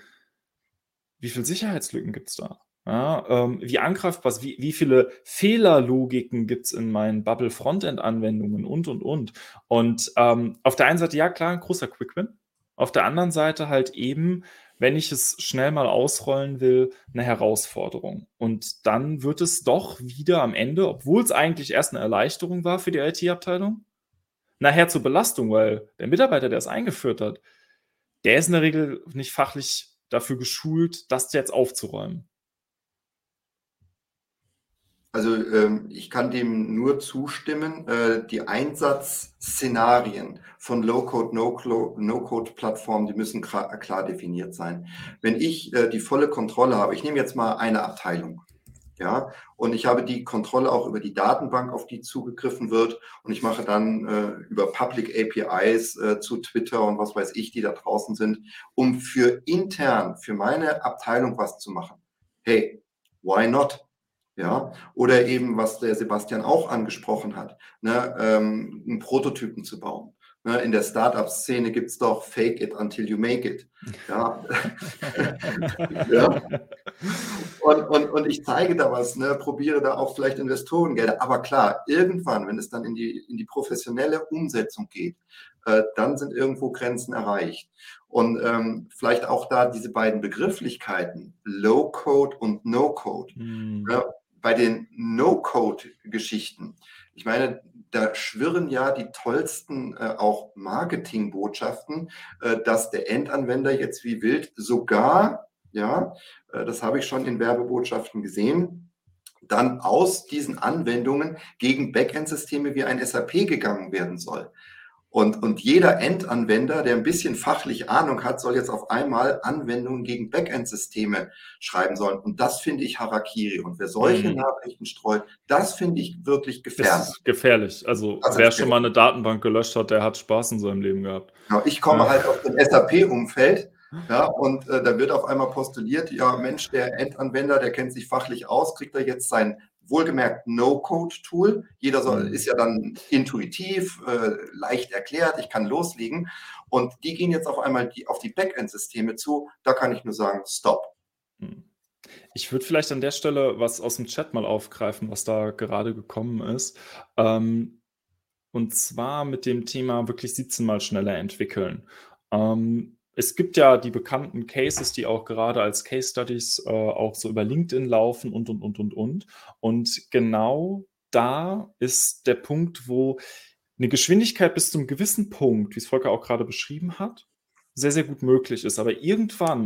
Wie viele Sicherheitslücken gibt es da? Ja, ähm, wie angreifbar, wie, wie viele Fehlerlogiken gibt es in meinen Bubble-Frontend-Anwendungen und, und, und. Und ähm, auf der einen Seite, ja klar, ein großer Quick-Win. Auf der anderen Seite halt eben, wenn ich es schnell mal ausrollen will, eine Herausforderung. Und dann wird es doch wieder am Ende, obwohl es eigentlich erst eine Erleichterung war für die I T-Abteilung, nachher zur Belastung, weil der Mitarbeiter, der es eingeführt hat, der ist in der Regel nicht fachlich dafür geschult, das jetzt aufzuräumen. Also ähm, ich kann dem nur zustimmen. Äh, die Einsatzszenarien von Low-Code, No-Code-Plattformen, die müssen klar, klar definiert sein. Wenn ich äh, die volle Kontrolle habe, ich nehme jetzt mal eine Abteilung, ja, und ich habe die Kontrolle auch über die Datenbank, auf die zugegriffen wird, und ich mache dann äh, über Public A P Is äh, zu Twitter und was weiß ich, die da draußen sind, um für intern, für meine Abteilung was zu machen. Hey, why not? Ja, oder eben, was der Sebastian auch angesprochen hat, ne, ähm, einen Prototypen zu bauen. Ne, in der Startup-Szene gibt es doch Fake it until you make it. Ja. Ja. Und, und, und ich zeige da was, ne, probiere da auch vielleicht Investorengelder. Aber klar, irgendwann, wenn es dann in die, in die professionelle Umsetzung geht, äh, dann sind irgendwo Grenzen erreicht. Und ähm, vielleicht auch da diese beiden Begrifflichkeiten, Low-Code und No-Code. Hm. Ja, bei den No-Code-Geschichten, ich meine, da schwirren ja die tollsten äh, auch Marketingbotschaften, äh, dass der Endanwender jetzt wie wild sogar, ja, äh, das habe ich schon in Werbebotschaften gesehen, dann aus diesen Anwendungen gegen Backend-Systeme wie ein S A P gegangen werden soll. Und, und jeder Endanwender, der ein bisschen fachlich Ahnung hat, soll jetzt auf einmal Anwendungen gegen Backend-Systeme schreiben sollen. Und das finde ich Harakiri. Und wer solche Mhm. Nachrichten streut, das finde ich wirklich Das gefährlich. ist gefährlich. Also Das ist wer schon mal gefährlich. eine Datenbank gelöscht hat, der hat Spaß in seinem Leben gehabt. Genau, ich komme Ja. halt aus dem S A P-Umfeld, ja, und äh, da wird auf einmal postuliert, ja Mensch, der Endanwender, der kennt sich fachlich aus, kriegt er jetzt sein wohlgemerkt No-Code-Tool. Jeder soll, Mhm. ist ja dann intuitiv, äh, leicht erklärt, ich kann loslegen. Und die gehen jetzt auf einmal die, auf die Backend-Systeme zu. Da kann ich nur sagen, stop. Hm. Ich würde vielleicht an der Stelle was aus dem Chat mal aufgreifen, was da gerade gekommen ist. Ähm, und zwar mit dem Thema wirklich siebzehn Mal schneller entwickeln. Ähm, es gibt ja die bekannten Cases, die auch gerade als Case Studies äh, auch so über LinkedIn laufen und, und, und, und, und. Und genau da ist der Punkt, wo eine Geschwindigkeit bis zu einem gewissen Punkt, wie es Volker auch gerade beschrieben hat, sehr, sehr gut möglich ist. Aber irgendwann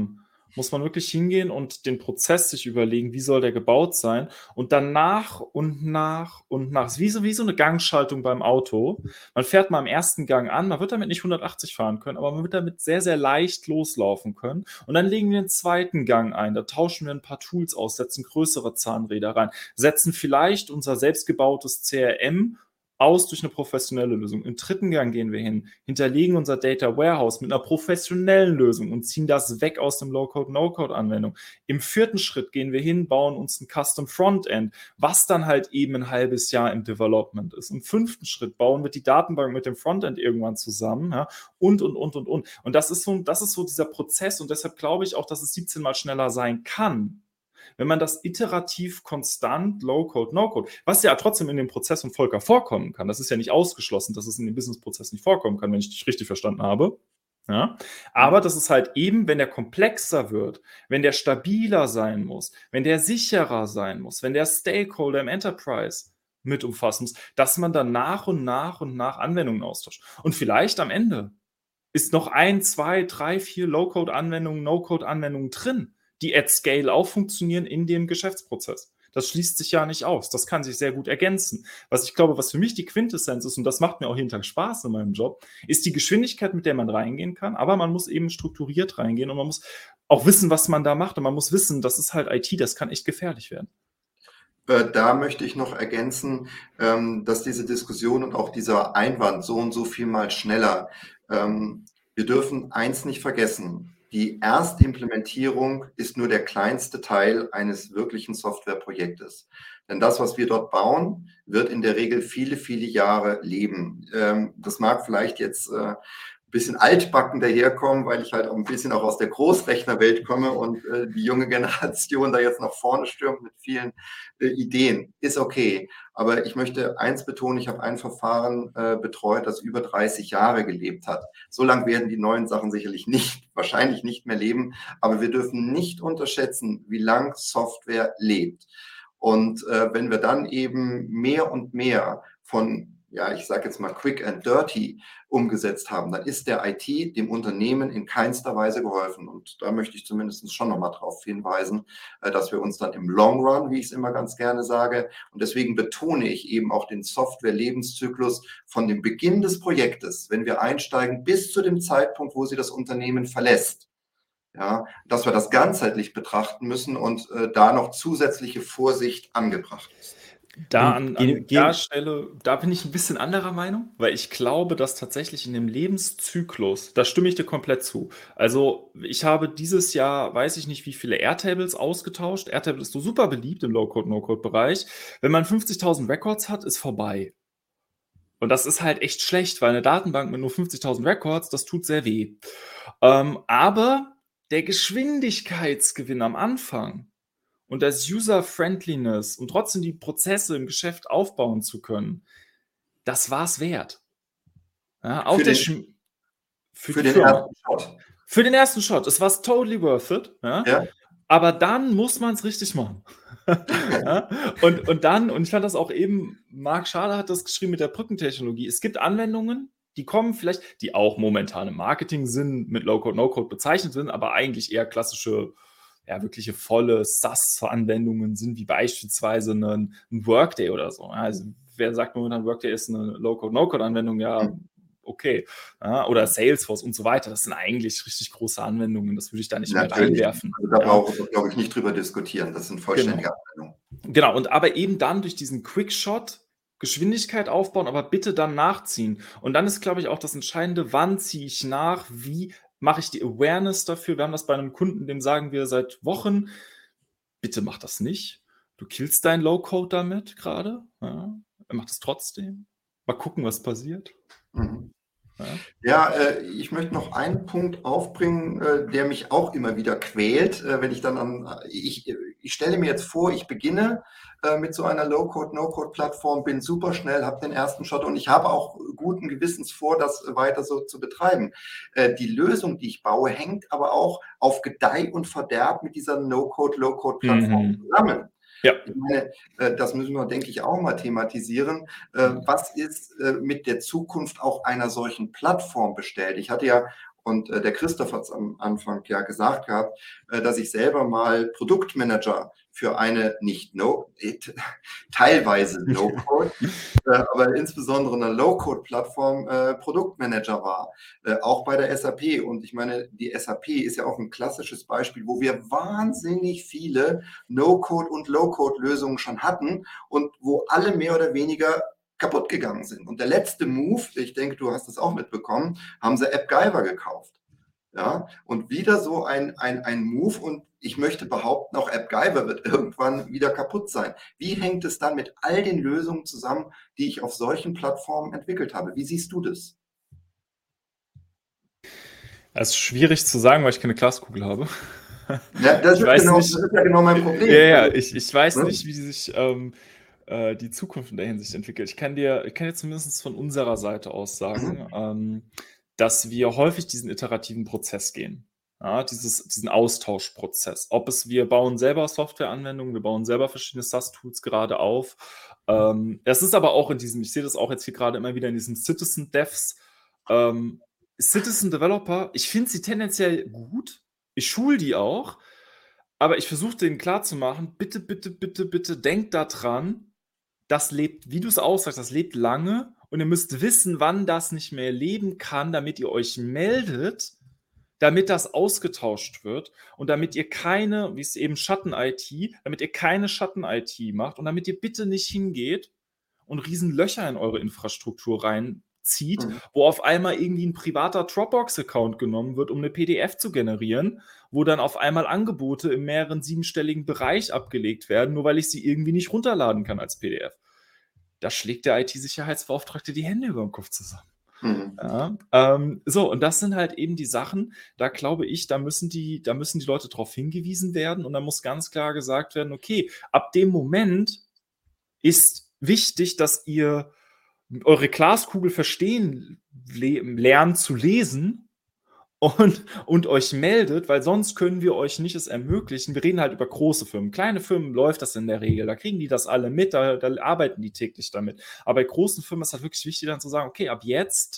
muss man wirklich hingehen und den Prozess sich überlegen, wie soll der gebaut sein und dann nach und nach und nach, ist wie so, wie so eine Gangschaltung beim Auto. Man fährt mal im ersten Gang an, man wird damit nicht hundertachtzig fahren können, aber man wird damit sehr, sehr leicht loslaufen können und dann legen wir den zweiten Gang ein, da tauschen wir ein paar Tools aus, setzen größere Zahnräder rein, setzen vielleicht unser selbstgebautes C R M aus durch eine professionelle Lösung. Im dritten Gang gehen wir hin, hinterlegen unser Data Warehouse mit einer professionellen Lösung und ziehen das weg aus dem Low-Code, No-Code-Anwendung. Im vierten Schritt gehen wir hin, bauen uns ein Custom Frontend, was dann halt eben ein halbes Jahr im Development ist. Im fünften Schritt bauen wir die Datenbank mit dem Frontend irgendwann zusammen, ja, und, und, und, und, und. Und das ist so, das ist so dieser Prozess und deshalb glaube ich auch, dass es siebzehn Mal schneller sein kann, wenn man das iterativ konstant, Low-Code, No-Code, was ja trotzdem in dem Prozess von Volker vorkommen kann, das ist ja nicht ausgeschlossen, dass es in dem Business-Prozess nicht vorkommen kann, wenn ich dich richtig verstanden habe. Ja? Aber das ist halt eben, wenn der komplexer wird, wenn der stabiler sein muss, wenn der sicherer sein muss, wenn der Stakeholder im Enterprise mit umfassen muss, dass man dann nach und nach und nach Anwendungen austauscht. Und vielleicht am Ende ist noch ein, zwei, drei, vier Low-Code-Anwendungen, No-Code-Anwendungen drin, die at Scale auch funktionieren in dem Geschäftsprozess. Das schließt sich ja nicht aus. Das kann sich sehr gut ergänzen. Was ich glaube, was für mich die Quintessenz ist, und das macht mir auch jeden Tag Spaß in meinem Job, ist die Geschwindigkeit, mit der man reingehen kann. Aber man muss eben strukturiert reingehen und man muss auch wissen, was man da macht. Und man muss wissen, das ist halt I T, das kann echt gefährlich werden. Da möchte ich noch ergänzen, dass diese Diskussion und auch dieser Einwand so und so viel mal schneller, wir dürfen eins nicht vergessen. Die Erstimplementierung ist nur der kleinste Teil eines wirklichen Softwareprojektes. Denn das, was wir dort bauen, wird in der Regel viele, viele Jahre leben. Das mag vielleicht jetzt ein bisschen altbacken daherkommen, weil ich halt auch ein bisschen auch aus der Großrechnerwelt komme und die junge Generation da jetzt nach vorne stürmt mit vielen Ideen. Ist okay. Aber ich möchte eins betonen, ich habe ein Verfahren äh, betreut, das über dreißig Jahre gelebt hat. So lange werden die neuen Sachen sicherlich nicht, wahrscheinlich nicht mehr leben. Aber wir dürfen nicht unterschätzen, wie lang Software lebt. Und äh, wenn wir dann eben mehr und mehr von, ja, ich sage jetzt mal quick and dirty umgesetzt haben, dann ist der I T dem Unternehmen in keinster Weise geholfen. Und da möchte ich zumindest schon nochmal darauf hinweisen, dass wir uns dann im Long Run, wie ich es immer ganz gerne sage, und deswegen betone ich eben auch den Software-Lebenszyklus von dem Beginn des Projektes, wenn wir einsteigen, bis zu dem Zeitpunkt, wo sie das Unternehmen verlässt. Ja, dass wir das ganzheitlich betrachten müssen und äh, da noch zusätzliche Vorsicht angebracht ist. Da an, an der Stelle, da bin ich ein bisschen anderer Meinung, weil ich glaube, dass tatsächlich in dem Lebenszyklus, da stimme ich dir komplett zu. Also ich habe dieses Jahr, weiß ich nicht, wie viele Airtables ausgetauscht. Airtable ist so super beliebt im Low-Code, No-Code-Bereich. Wenn man fünfzigtausend Records hat, ist vorbei. Und das ist halt echt schlecht, weil eine Datenbank mit nur fünfzigtausend Records, das tut sehr weh. Ähm, aber der Geschwindigkeitsgewinn am Anfang und das User-Friendliness und trotzdem die Prozesse im Geschäft aufbauen zu können, das war es wert. Ja, auch für, der den, Sch- für, für den ersten Shot. Für den ersten Shot. Es war totally worth it. Ja? Ja. Aber dann muss man es richtig machen. Ja? und, und dann, und ich fand das auch eben, Marc Schader hat das geschrieben mit der Brückentechnologie. Es gibt Anwendungen, die kommen vielleicht, die auch momentan im Marketing sind, mit Low-Code, No-Code bezeichnet sind, aber eigentlich eher klassische, ja, wirkliche volle SaaS-Anwendungen sind, wie beispielsweise ein, ein Workday oder so. Also wer sagt momentan, Workday ist eine Low-Code, No-Code-Anwendung, ja, okay. Ja, oder Salesforce und so weiter. Das sind eigentlich richtig große Anwendungen. Das würde ich da nicht Natürlich. mehr reinwerfen. Also da ja. brauchen wir, glaube ich, nicht drüber diskutieren. Das sind vollständige genau. Anwendungen. Genau, und aber eben dann durch diesen Quickshot Geschwindigkeit aufbauen, aber bitte dann nachziehen. Und dann ist, glaube ich, auch das Entscheidende, wann ziehe ich nach, wie mache ich die Awareness dafür. Wir haben das bei einem Kunden, dem sagen wir seit Wochen, bitte mach das nicht. Du killst deinen Low-Code damit gerade. Ja, er macht es trotzdem. Mal gucken, was passiert. Mhm. Ja, ja äh, ich möchte noch einen Punkt aufbringen, äh, der mich auch immer wieder quält, äh, wenn ich dann an, ich, ich stelle mir jetzt vor, ich beginne äh, mit so einer Low-Code, No-Code-Plattform, bin super schnell, habe den ersten Shot und ich habe auch guten Gewissens vor, das weiter so zu betreiben. Äh, die Lösung, die ich baue, hängt aber auch auf Gedeih und Verderb mit dieser No-Code, Low-Code-Plattform mhm. zusammen. Ja. Ich meine, das müssen wir, denke ich, auch mal thematisieren. Was ist mit der Zukunft auch einer solchen Plattform bestellt? Ich hatte ja Und äh, der Christoph hat es am Anfang ja gesagt gehabt, äh, dass ich selber mal Produktmanager für eine nicht no, äh, teilweise No-Code, äh, aber insbesondere eine Low-Code-Plattform äh, Produktmanager war, äh, auch bei der S A P. Und ich meine, die S A P ist ja auch ein klassisches Beispiel, wo wir wahnsinnig viele No-Code- und Low-Code-Lösungen schon hatten und wo alle mehr oder weniger kaputt gegangen sind. Und der letzte Move, ich denke, du hast es auch mitbekommen, haben sie AppGyver gekauft. Ja, und wieder so ein, ein, ein Move und ich möchte behaupten, auch AppGyver wird irgendwann wieder kaputt sein. Wie hängt es dann mit all den Lösungen zusammen, die ich auf solchen Plattformen entwickelt habe? Wie siehst du das? Das ist schwierig zu sagen, weil ich keine Glaskugel habe. Ja, das, Ich ist weiß genau, nicht, das ist ja genau mein Problem. ja, ja, Also, ich, ich weiß ne? nicht, wie sich ähm, äh, die Zukunft in der Hinsicht entwickelt. Ich kann dir, ich kann dir zumindest von unserer Seite aus sagen, Mhm. ähm, dass wir häufig diesen iterativen Prozess gehen. Ja, dieses, diesen Austauschprozess. Ob es, wir bauen selber Softwareanwendungen, wir bauen selber verschiedene SaaS-Tools gerade auf. Ähm, es ist aber auch in diesem, ich sehe das auch jetzt hier gerade immer wieder in diesen Citizen Devs, ähm, Citizen Developer, ich finde sie tendenziell gut. Ich schule die auch. Aber ich versuche denen klarzumachen, bitte, bitte, bitte, bitte, denkt daran, das lebt, wie du es aussagst, das lebt lange und ihr müsst wissen, wann das nicht mehr leben kann, damit ihr euch meldet, damit das ausgetauscht wird und damit ihr keine, wie es eben Schatten-I T, damit ihr keine Schatten-I T macht und damit ihr bitte nicht hingeht und riesen Löcher in eure Infrastruktur reinzieht, Mhm. wo auf einmal irgendwie ein privater Dropbox-Account genommen wird, um eine P D F zu generieren, wo dann auf einmal Angebote im mehreren siebenstelligen Bereich abgelegt werden, nur weil ich sie irgendwie nicht runterladen kann als P D F. Da schlägt der I T-Sicherheitsbeauftragte die Hände über den Kopf zusammen. Mhm. Ja, ähm, so, und das sind halt eben die Sachen, da glaube ich, da müssen die, da müssen die Leute darauf hingewiesen werden und da muss ganz klar gesagt werden, okay, ab dem Moment ist wichtig, dass ihr eure Glaskugel verstehen le lernt zu lesen und, und euch meldet, weil sonst können wir euch nicht es ermöglichen. Wir reden halt über große Firmen. Kleine Firmen läuft das in der Regel, da kriegen die das alle mit, da, da arbeiten die täglich damit. Aber bei großen Firmen ist halt wirklich wichtig, dann zu sagen, okay, ab jetzt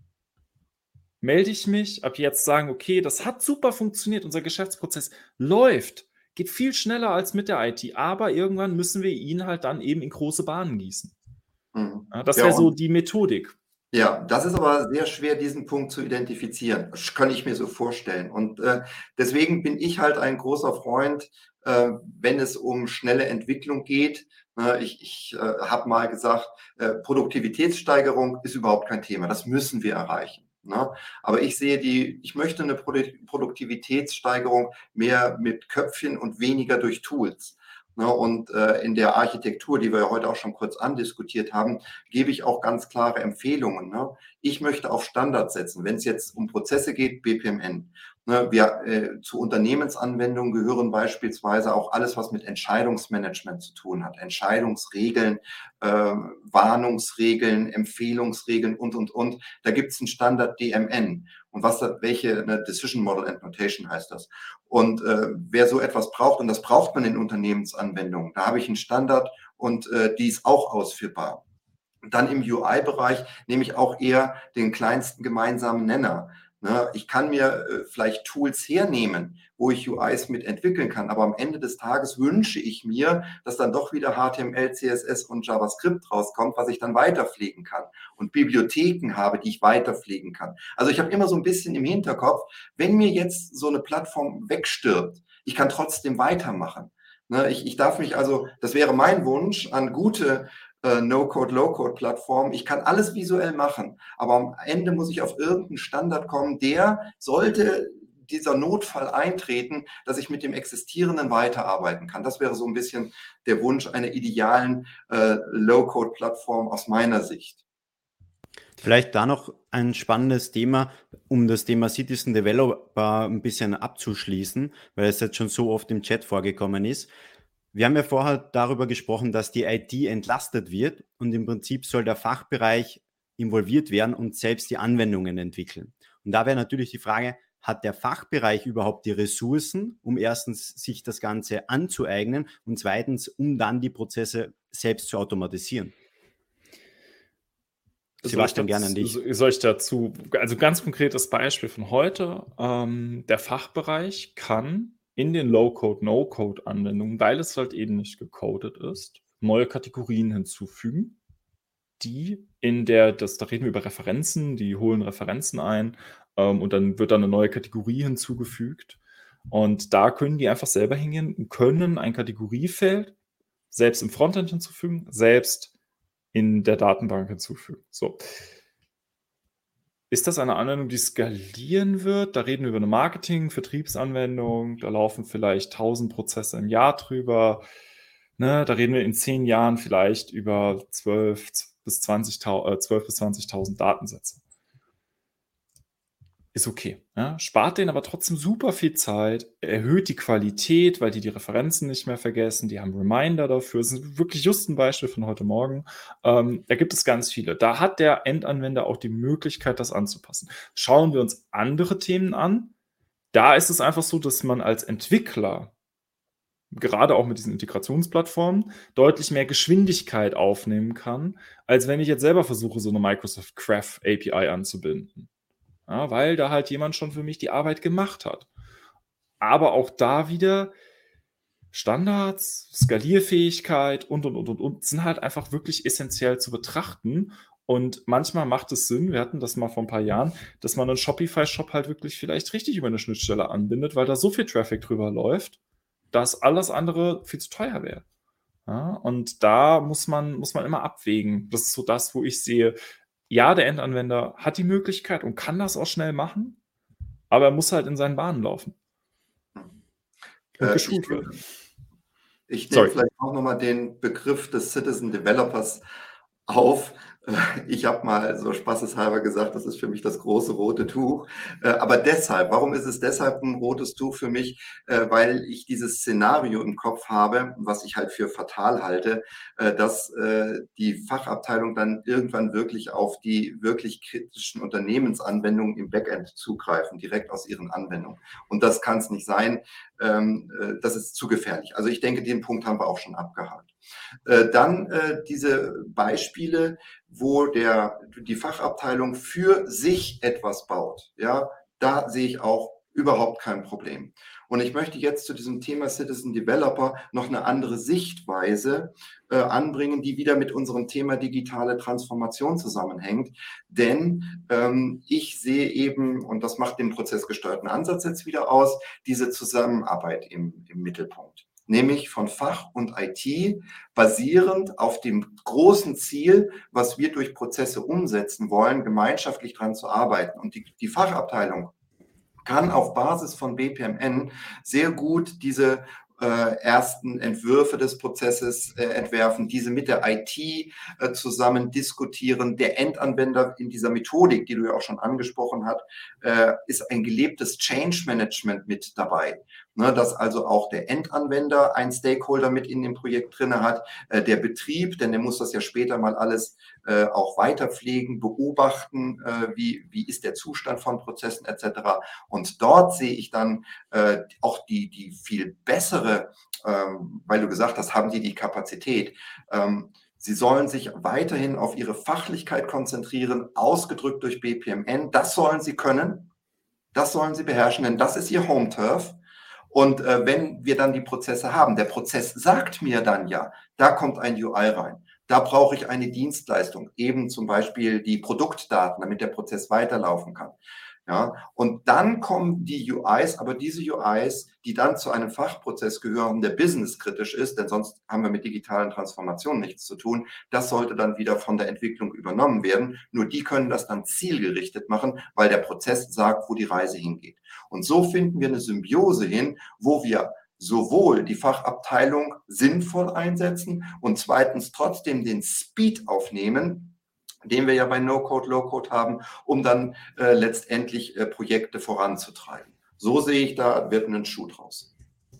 melde ich mich, ab jetzt sagen, okay, das hat super funktioniert, unser Geschäftsprozess läuft, geht viel schneller als mit der I T, aber irgendwann müssen wir ihn halt dann eben in große Bahnen gießen. Mhm. Ja, das Ja, wäre so und die Methodik. ja, das ist aber sehr schwer, diesen Punkt zu identifizieren. Das kann ich mir so vorstellen. Und äh, deswegen bin ich halt ein großer Freund, äh, wenn es um schnelle Entwicklung geht. Ne, ich ich äh, habe mal gesagt, äh, Produktivitätssteigerung ist überhaupt kein Thema. Das müssen wir erreichen. Ne? Aber ich sehe die, ich möchte eine Produ- Produktivitätssteigerung mehr mit Köpfchen und weniger durch Tools. Ne? Und äh, in der Architektur, die wir ja heute auch schon kurz andiskutiert haben, gebe ich auch ganz klare Empfehlungen. Ne? Ich möchte auf Standards setzen. Wenn es jetzt um Prozesse geht, B P M N. Ne? Wir, äh, zu Unternehmensanwendungen gehören beispielsweise auch alles, was mit Entscheidungsmanagement zu tun hat. Entscheidungsregeln, äh, Warnungsregeln, Empfehlungsregeln und, und, und. Da gibt es einen Standard D M N. Und was da, welche, eine Decision Model and Notation heißt das. Und äh, wer so etwas braucht, und das braucht man in Unternehmensanwendungen, da habe ich einen Standard und äh, die ist auch ausführbar. Dann im U I-Bereich nehme ich auch eher den kleinsten gemeinsamen Nenner. Ne, ich kann mir äh, vielleicht Tools hernehmen, wo ich U Is mit entwickeln kann, aber am Ende des Tages wünsche ich mir, dass dann doch wieder H T M L, C S S und JavaScript rauskommt, was ich dann weiterpflegen kann und Bibliotheken habe, die ich weiterpflegen kann. Also ich habe immer so ein bisschen im Hinterkopf, wenn mir jetzt so eine Plattform wegstirbt, ich kann trotzdem weitermachen. Ne, ich, ich darf mich also, das wäre mein Wunsch an gute äh, No-Code, Low-Code-Plattform. Ich kann alles visuell machen, aber am Ende muss ich auf irgendeinen Standard kommen, der sollte dieser Notfall eintreten, dass ich mit dem Existierenden weiterarbeiten kann. Das wäre so ein bisschen der Wunsch einer idealen äh, Low-Code-Plattform aus meiner Sicht. Vielleicht da noch ein spannendes Thema, um das Thema Citizen Developer ein bisschen abzuschließen, weil es jetzt schon so oft im Chat vorgekommen ist. Wir haben ja vorher darüber gesprochen, dass die I T entlastet wird und im Prinzip soll der Fachbereich involviert werden und selbst die Anwendungen entwickeln. Und da wäre natürlich die Frage, hat der Fachbereich überhaupt die Ressourcen, um erstens sich das Ganze anzueignen und zweitens, um dann die Prozesse selbst zu automatisieren? Sebastian, gerne an dich. Soll ich dazu, also ganz konkretes Beispiel von heute, ähm, der Fachbereich kann in den Low-Code, No-Code-Anwendungen, weil es halt eben nicht gecodet ist, neue Kategorien hinzufügen, die in der, das, da reden wir über Referenzen, die holen Referenzen ein ähm, und dann wird dann eine neue Kategorie hinzugefügt. Und da können die einfach selber hingehen und können ein Kategoriefeld selbst im Frontend hinzufügen, selbst in der Datenbank hinzufügen. So. Ist das eine Anwendung, die skalieren wird? Da reden wir über eine Marketing-, Vertriebsanwendung, da laufen vielleicht tausend Prozesse im Jahr drüber. Ne, da reden wir in zehn Jahren vielleicht über zwölf bis zwanzigtausend Datensätze. Ist okay. Ja? Spart denen aber trotzdem super viel Zeit, erhöht die Qualität, weil die die Referenzen nicht mehr vergessen, die haben Reminder dafür. Das ist wirklich just ein Beispiel von heute Morgen. Ähm, da gibt es ganz viele. Da hat der Endanwender auch die Möglichkeit, das anzupassen. Schauen wir uns andere Themen an. Da ist es einfach so, dass man als Entwickler, gerade auch mit diesen Integrationsplattformen, deutlich mehr Geschwindigkeit aufnehmen kann, als wenn ich jetzt selber versuche, so eine Microsoft Graph A P I anzubinden. Ja, weil da halt jemand schon für mich die Arbeit gemacht hat. Aber auch da wieder Standards, Skalierfähigkeit und, und, und, und, und sind halt einfach wirklich essentiell zu betrachten. Und manchmal macht es Sinn, wir hatten das mal vor ein paar Jahren, dass man einen Shopify-Shop halt wirklich vielleicht richtig über eine Schnittstelle anbindet, weil da so viel Traffic drüber läuft, dass alles andere viel zu teuer wäre. Ja, und da muss man, muss man immer abwägen. Das ist so das, wo ich sehe, ja, der Endanwender hat die Möglichkeit und kann das auch schnell machen, aber er muss halt in seinen Bahnen laufen und Äh, geschult ich, werden. ich nehme Sorry. vielleicht auch nochmal den Begriff des Citizen Developers auf. Äh, Ich habe mal so spaßeshalber gesagt, das ist für mich das große rote Tuch. Äh, Aber deshalb, warum ist es deshalb ein rotes Tuch für mich? Äh, Weil ich dieses Szenario im Kopf habe, was ich halt für fatal halte, äh, dass äh, die Fachabteilung dann irgendwann wirklich auf die wirklich kritischen Unternehmensanwendungen im Backend zugreifen, direkt aus ihren Anwendungen. Und das kann es nicht sein. Ähm, äh, Das ist zu gefährlich. Also ich denke, den Punkt haben wir auch schon abgehakt. Äh, Dann äh, diese Beispiele, wo der, die Fachabteilung für sich etwas baut. Ja, da sehe ich auch überhaupt kein Problem. Und ich möchte jetzt zu diesem Thema Citizen Developer noch eine andere Sichtweise äh, anbringen, die wieder mit unserem Thema digitale Transformation zusammenhängt. Denn ähm, ich sehe eben, und das macht den prozessgesteuerten Ansatz jetzt wieder aus, diese Zusammenarbeit im, im Mittelpunkt. Nämlich von Fach und I T, basierend auf dem großen Ziel, was wir durch Prozesse umsetzen wollen, gemeinschaftlich daran zu arbeiten. Und die, die Fachabteilung kann auf Basis von B P M N sehr gut diese äh, ersten Entwürfe des Prozesses äh, entwerfen, diese mit der I T äh, zusammen diskutieren. Der Endanwender in dieser Methodik, die du ja auch schon angesprochen hast, äh, ist ein gelebtes Change Management mit dabei. Ne, dass also auch der Endanwender einen Stakeholder mit in dem Projekt drin hat, äh, der Betrieb, denn der muss das ja später mal alles äh, auch weiter pflegen, beobachten, äh, wie, wie ist der Zustand von Prozessen et cetera. Und dort sehe ich dann äh, auch die, die viel bessere, ähm, weil du gesagt hast, haben die die Kapazität. Ähm, Sie sollen sich weiterhin auf ihre Fachlichkeit konzentrieren, ausgedrückt durch B P M N. Das sollen sie können, das sollen sie beherrschen, denn das ist ihr Home-Turf. Und äh, wenn wir dann die Prozesse haben, der Prozess sagt mir dann ja, da kommt ein U I rein, da brauche ich eine Dienstleistung, eben zum Beispiel die Produktdaten, damit der Prozess weiterlaufen kann. Ja, und dann kommen die U Is, aber diese U Is, die dann zu einem Fachprozess gehören, der businesskritisch ist, denn sonst haben wir mit digitalen Transformationen nichts zu tun, das sollte dann wieder von der Entwicklung übernommen werden. Nur die können das dann zielgerichtet machen, weil der Prozess sagt, wo die Reise hingeht. Und so finden wir eine Symbiose hin, wo wir sowohl die Fachabteilung sinnvoll einsetzen und zweitens trotzdem den Speed aufnehmen, den wir ja bei No-Code, Low-Code haben, um dann äh, letztendlich äh, Projekte voranzutreiben. So sehe ich, da wird ein Schuh draus.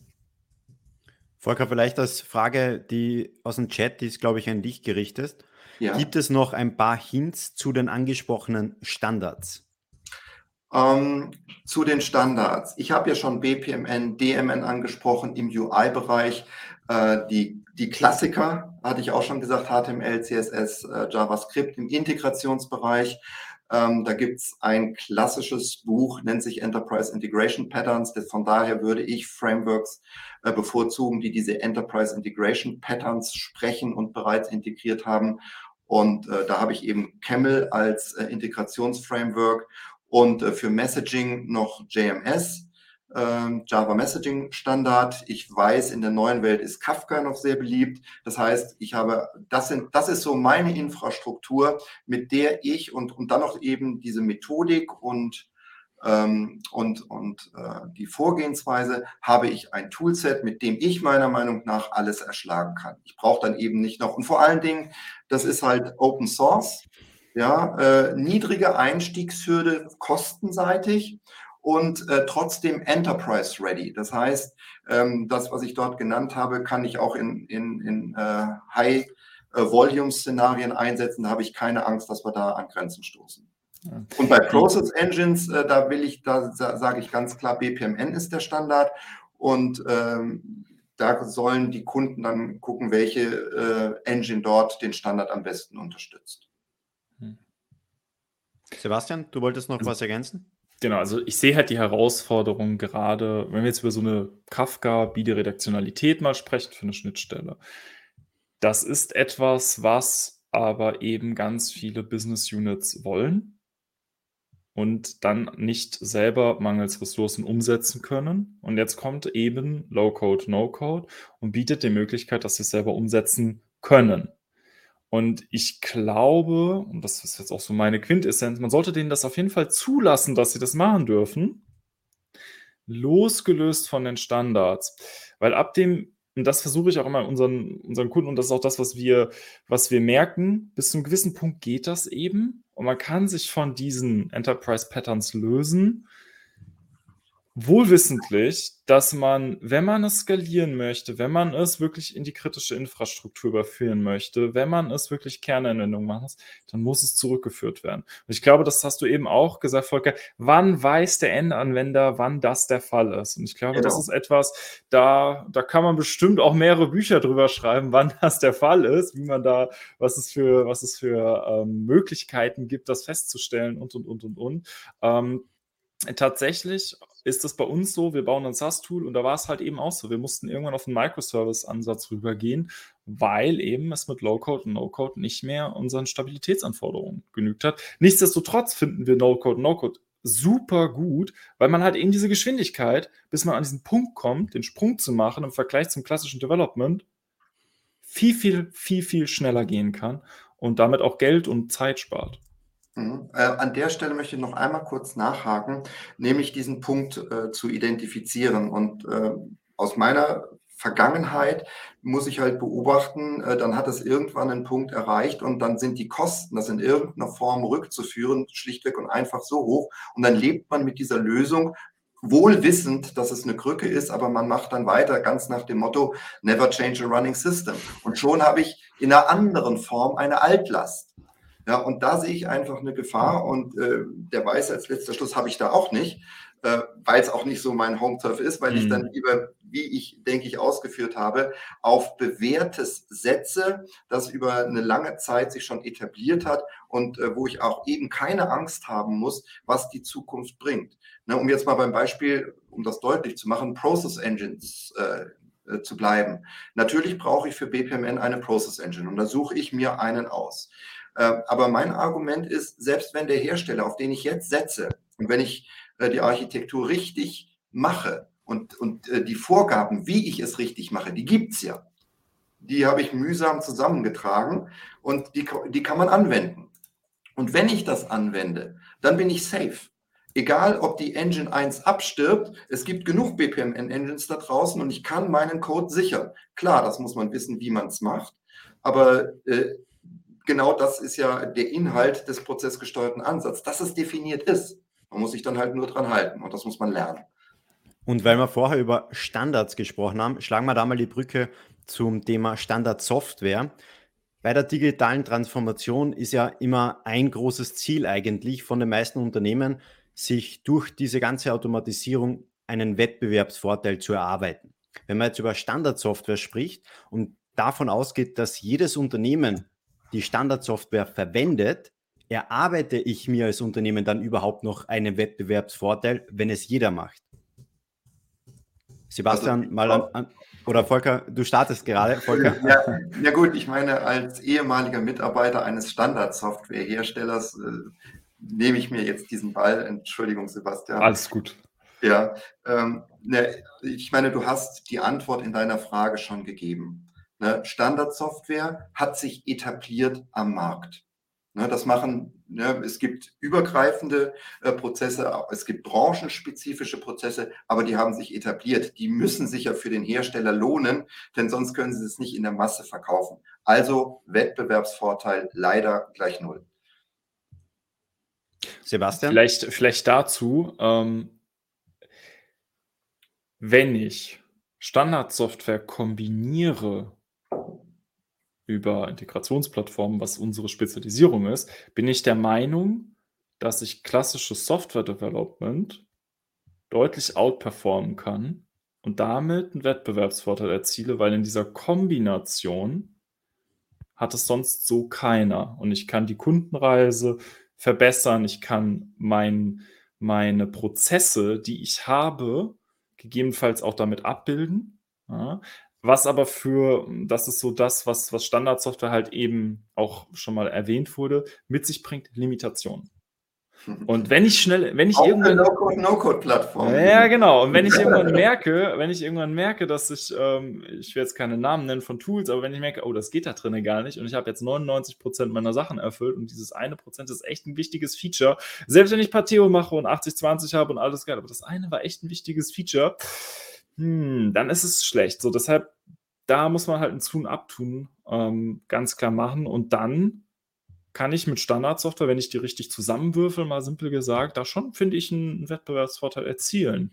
Volker, vielleicht als Frage, die aus dem Chat, die ist, glaube ich, an dich gerichtet. Ja. Gibt es noch ein paar Hints zu den angesprochenen Standards? Ähm, zu den Standards. Ich habe ja schon B P M N, D M N angesprochen im U I-Bereich. Äh, die, die Klassiker, hatte ich auch schon gesagt, H T M L, C S S, äh, JavaScript im Integrationsbereich. Ähm, da gibt es ein klassisches Buch, nennt sich Enterprise Integration Patterns. Das, von daher würde ich Frameworks äh, bevorzugen, die diese Enterprise Integration Patterns sprechen und bereits integriert haben. Und äh, da habe ich eben Camel als äh, Integrationsframework und äh, für Messaging noch J M S, äh, Java Messaging Standard. Ich weiß, in der neuen Welt ist Kafka noch sehr beliebt. Das heißt, ich habe, das sind, das ist so meine Infrastruktur, mit der ich und, und dann noch eben diese Methodik und ähm, und, und äh, die Vorgehensweise, habe ich ein Toolset, mit dem ich meiner Meinung nach alles erschlagen kann. Ich brauche dann eben nicht noch, und vor allen Dingen, das ist halt Open Source, ja, äh, niedrige Einstiegshürde kostenseitig und äh, trotzdem Enterprise ready. Das heißt, ähm, das, was ich dort genannt habe, kann ich auch in, in, in äh, High äh, Volume Szenarien einsetzen. Da habe ich keine Angst, dass wir da an Grenzen stoßen. Und bei Process Engines, äh, da will ich, da sa- sage ich ganz klar, B P M N ist der Standard und ähm, da sollen die Kunden dann gucken, welche äh, Engine dort den Standard am besten unterstützt. Sebastian, du wolltest noch Also- was ergänzen? Genau, also ich sehe halt die Herausforderung gerade, wenn wir jetzt über so eine Kafka-Bidirektionalität mal sprechen für eine Schnittstelle. Das ist etwas, was aber eben ganz viele Business Units wollen und dann nicht selber mangels Ressourcen umsetzen können. Und jetzt kommt eben Low-Code, No-Code und bietet die Möglichkeit, dass sie es selber umsetzen können. Und ich glaube, und das ist jetzt auch so meine Quintessenz, man sollte denen das auf jeden Fall zulassen, dass sie das machen dürfen, losgelöst von den Standards. Weil ab dem, und das versuche ich auch immer unseren, unseren Kunden, und das ist auch das, was wir, was wir merken, bis zu einem gewissen Punkt geht das eben. Und man kann sich von diesen Enterprise Patterns lösen, wohlwissentlich, dass man, wenn man es skalieren möchte, wenn man es wirklich in die kritische Infrastruktur überführen möchte, wenn man es wirklich Kernanwendungen machen muss, dann muss es zurückgeführt werden. Und ich glaube, das hast du eben auch gesagt, Volker, wann weiß der Endanwender, wann das der Fall ist? Und ich glaube, Genau. das ist etwas, da, da kann man bestimmt auch mehrere Bücher drüber schreiben, wann das der Fall ist, wie man da, was es für, was es für ähm, Möglichkeiten gibt, das festzustellen und, und, und, und, und. Ähm, Tatsächlich ist es bei uns so, wir bauen ein SaaS-Tool und da war es halt eben auch so. Wir mussten irgendwann auf einen Microservice-Ansatz rübergehen, weil eben es mit Low-Code und No-Code nicht mehr unseren Stabilitätsanforderungen genügt hat. Nichtsdestotrotz finden wir No-Code und No-Code super gut, weil man halt eben diese Geschwindigkeit, bis man an diesen Punkt kommt, den Sprung zu machen im Vergleich zum klassischen Development, viel, viel, viel, viel schneller gehen kann und damit auch Geld und Zeit spart. Mhm. Äh, an der Stelle möchte ich noch einmal kurz nachhaken, nämlich diesen Punkt äh, zu identifizieren. Und äh, aus meiner Vergangenheit muss ich halt beobachten, äh, dann hat es irgendwann einen Punkt erreicht und dann sind die Kosten, das in irgendeiner Form rückzuführen, schlichtweg und einfach so hoch. Und dann lebt man mit dieser Lösung, wohl wissend, dass es eine Krücke ist, aber man macht dann weiter, ganz nach dem Motto, never change a running system. Und schon habe ich in einer anderen Form eine Altlast. Ja, und da sehe ich einfach eine Gefahr und äh, der weiß als letzter Schluss habe ich da auch nicht, äh, weil es auch nicht so mein Home-Turf ist, weil Mhm. ich dann lieber, wie ich, denke ich, ausgeführt habe, auf Bewährtes setze, das über eine lange Zeit sich schon etabliert hat und äh, wo ich auch eben keine Angst haben muss, was die Zukunft bringt. Ne, um jetzt mal beim Beispiel, um das deutlich zu machen, Process Engines äh, äh, zu bleiben. Natürlich brauche ich für B P M N eine Process Engine und da suche ich mir einen aus. Aber mein Argument ist, selbst wenn der Hersteller, auf den ich jetzt setze, und wenn ich die Architektur richtig mache und, und die Vorgaben, wie ich es richtig mache, die gibt es ja. Die habe ich mühsam zusammengetragen und die, die kann man anwenden. Und wenn ich das anwende, dann bin ich safe. Egal, ob die Engine eins abstirbt, es gibt genug B P M N-Engines da draußen und ich kann meinen Code sichern. Klar, das muss man wissen, wie man es macht, aber äh, genau das ist ja der Inhalt des prozessgesteuerten Ansatzes, dass es definiert ist. Man muss sich dann halt nur dran halten und das muss man lernen. Und weil wir vorher über Standards gesprochen haben, schlagen wir da mal die Brücke zum Thema Standardsoftware. Bei der digitalen Transformation ist ja immer ein großes Ziel eigentlich von den meisten Unternehmen, sich durch diese ganze Automatisierung einen Wettbewerbsvorteil zu erarbeiten. Wenn man jetzt über Standardsoftware spricht und davon ausgeht, dass jedes Unternehmen die Standardsoftware verwendet, erarbeite ich mir als Unternehmen dann überhaupt noch einen Wettbewerbsvorteil, wenn es jeder macht? Sebastian, Also, mal an, an oder Volker, du startest gerade, Volker. Ja, ja gut, ich meine, als ehemaliger Mitarbeiter eines Standardsoftwareherstellers äh, nehme ich mir jetzt diesen Ball. Entschuldigung, Sebastian. Alles gut. Ja, ähm, ne, ich meine, du hast die Antwort in deiner Frage schon gegeben. Ne, Standardsoftware hat sich etabliert am Markt. Ne, das machen, ne, es gibt übergreifende äh, Prozesse, es gibt branchenspezifische Prozesse, aber die haben sich etabliert. Die müssen sich ja für den Hersteller lohnen, denn sonst können sie es nicht in der Masse verkaufen. Also Wettbewerbsvorteil leider gleich null. Sebastian? Vielleicht, vielleicht dazu, ähm, wenn ich Standardsoftware kombiniere über Integrationsplattformen, was unsere Spezialisierung ist, bin ich der Meinung, dass ich klassisches Software-Development deutlich outperformen kann und damit einen Wettbewerbsvorteil erziele, weil in dieser Kombination hat es sonst so keiner. Und ich kann die Kundenreise verbessern, ich kann mein, meine Prozesse, die ich habe, gegebenenfalls auch damit abbilden. Ja. Was aber für, das ist so das, was, was Standardsoftware halt eben auch schon mal erwähnt wurde, mit sich bringt, Limitationen. Und wenn ich schnell, wenn ich Auch irgendwann. für No-Code, No-Code-Plattformen. Ja, genau. Und wenn ich irgendwann merke, wenn ich irgendwann merke, dass ich, ähm, ich will jetzt keine Namen nennen von Tools, aber wenn ich merke, oh, das geht da drinnen gar nicht und ich habe jetzt neunundneunzig Prozent meiner Sachen erfüllt und dieses eine Prozent ist echt ein wichtiges Feature, selbst wenn ich Parteo mache und achtzig zwanzig habe und alles geil, aber das eine war echt ein wichtiges Feature, hm, dann ist es schlecht. So, deshalb, da muss man halt ein Tun abtun, ähm, ganz klar machen und dann kann ich mit Standardsoftware, wenn ich die richtig zusammenwürfel, mal simpel gesagt, da schon, finde ich, einen Wettbewerbsvorteil erzielen.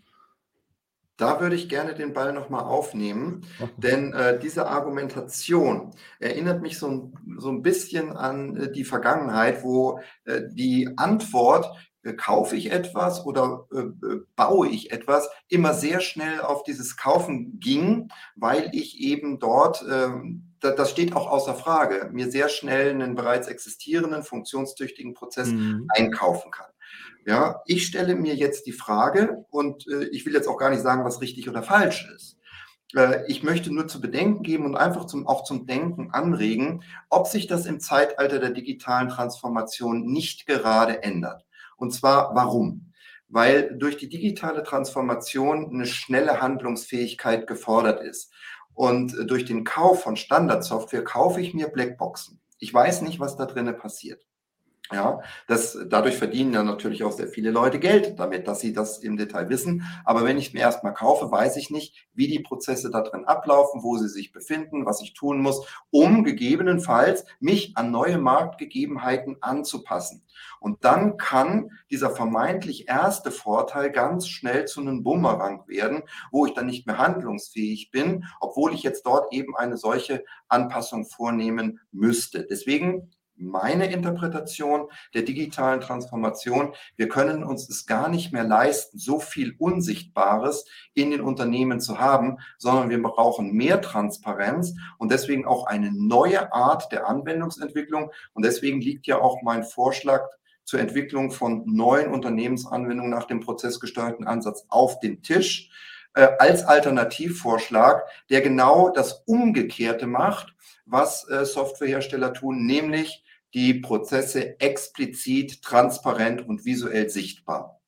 Da würde ich gerne den Ball nochmal aufnehmen, Mhm. denn äh, diese Argumentation erinnert mich so ein, so ein bisschen an äh, die Vergangenheit, wo äh, die Antwort, äh, kaufe ich etwas oder äh, baue ich etwas, immer sehr schnell auf dieses Kaufen ging, weil ich eben dort, äh, da, das steht auch außer Frage, mir sehr schnell einen bereits existierenden, funktionstüchtigen Prozess Mhm. einkaufen kann. Ja, ich stelle mir jetzt die Frage und äh, ich will jetzt auch gar nicht sagen, was richtig oder falsch ist. Äh, ich möchte nur zu bedenken geben und einfach zum, auch zum Denken anregen, ob sich das im Zeitalter der digitalen Transformation nicht gerade ändert. Und zwar warum? Weil durch die digitale Transformation eine schnelle Handlungsfähigkeit gefordert ist. Und äh, durch den Kauf von Standardsoftware kaufe ich mir Blackboxen. Ich weiß nicht, was da drinnen passiert. Ja, das, dadurch verdienen ja natürlich auch sehr viele Leute Geld damit, dass sie das im Detail wissen. Aber wenn ich es mir erstmal kaufe, weiß ich nicht, wie die Prozesse da drin ablaufen, wo sie sich befinden, was ich tun muss, um gegebenenfalls mich an neue Marktgegebenheiten anzupassen. Und dann kann dieser vermeintlich erste Vorteil ganz schnell zu einem Bumerang werden, wo ich dann nicht mehr handlungsfähig bin, obwohl ich jetzt dort eben eine solche Anpassung vornehmen müsste. Deswegen meine Interpretation der digitalen Transformation, wir können uns es gar nicht mehr leisten, so viel Unsichtbares in den Unternehmen zu haben, sondern wir brauchen mehr Transparenz und deswegen auch eine neue Art der Anwendungsentwicklung. Und deswegen liegt ja auch mein Vorschlag zur Entwicklung von neuen Unternehmensanwendungen nach dem prozessgesteuerten Ansatz auf den Tisch äh, als Alternativvorschlag, der genau das Umgekehrte macht, was äh, Softwarehersteller tun, nämlich die Prozesse explizit, transparent und visuell sichtbar.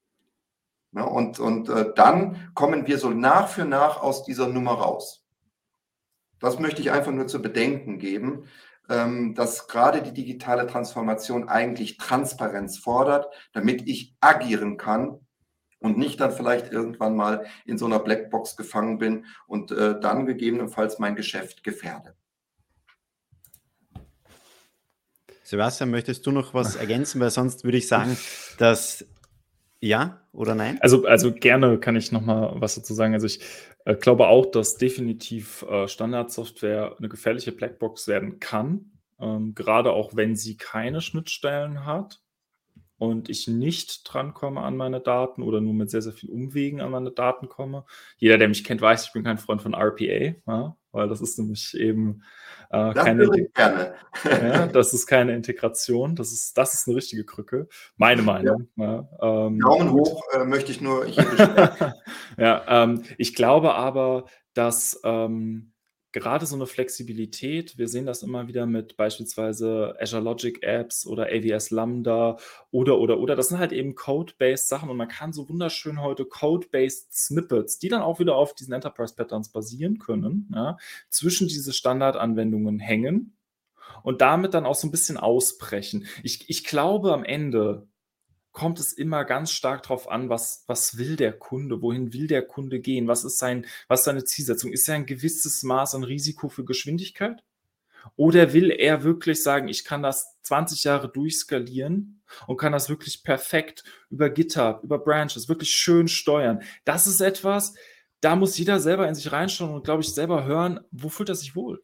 Ja, und und äh, dann kommen wir so nach für nach aus dieser Nummer raus. Das möchte ich einfach nur zu bedenken geben, ähm, dass gerade die digitale Transformation eigentlich Transparenz fordert, damit ich agieren kann und nicht dann vielleicht irgendwann mal in so einer Blackbox gefangen bin und äh, dann gegebenenfalls mein Geschäft gefährde. Sebastian, möchtest du noch was ergänzen? Weil sonst würde ich sagen, dass ja oder nein? Also, also gerne kann ich noch mal was dazu sagen. Also ich äh, glaube auch, dass definitiv äh, Standardsoftware eine gefährliche Blackbox werden kann, ähm, gerade auch wenn sie keine Schnittstellen hat. und ich nicht drankomme an meine Daten oder nur mit sehr, sehr viel Umwegen an meine Daten komme. Jeder, der mich kennt, weiß, ich bin kein Freund von R P A, ja, weil das ist nämlich eben äh, Das keine, höre Inte- ich gerne. ja, das ist keine Integration, das ist, das ist eine richtige Krücke, meine Ja, Meinung. Ja, ähm, Daumen gut. hoch äh, möchte ich nur hier bestätigen. Ja, ähm, ich glaube aber, dass ähm, gerade so eine Flexibilität, wir sehen das immer wieder mit beispielsweise Azure Logic Apps oder A W S Lambda oder, oder, oder. Das sind halt eben Code-based Sachen und man kann so wunderschön heute Code-based Snippets, die dann auch wieder auf diesen Enterprise Patterns basieren können, ja, zwischen diese Standardanwendungen hängen und damit dann auch so ein bisschen ausbrechen. Ich, ich glaube, am Ende kommt es immer ganz stark darauf an, was, was will der Kunde, wohin will der Kunde gehen, was ist, sein, was ist seine Zielsetzung? Ist er ein gewisses Maß an Risiko für Geschwindigkeit? Oder will er wirklich sagen, ich kann das zwanzig Jahre durchskalieren und kann das wirklich perfekt über GitHub, über Branches, wirklich schön steuern? Das ist etwas, da muss jeder selber in sich reinschauen und, glaube ich, selber hören, wo fühlt er sich wohl?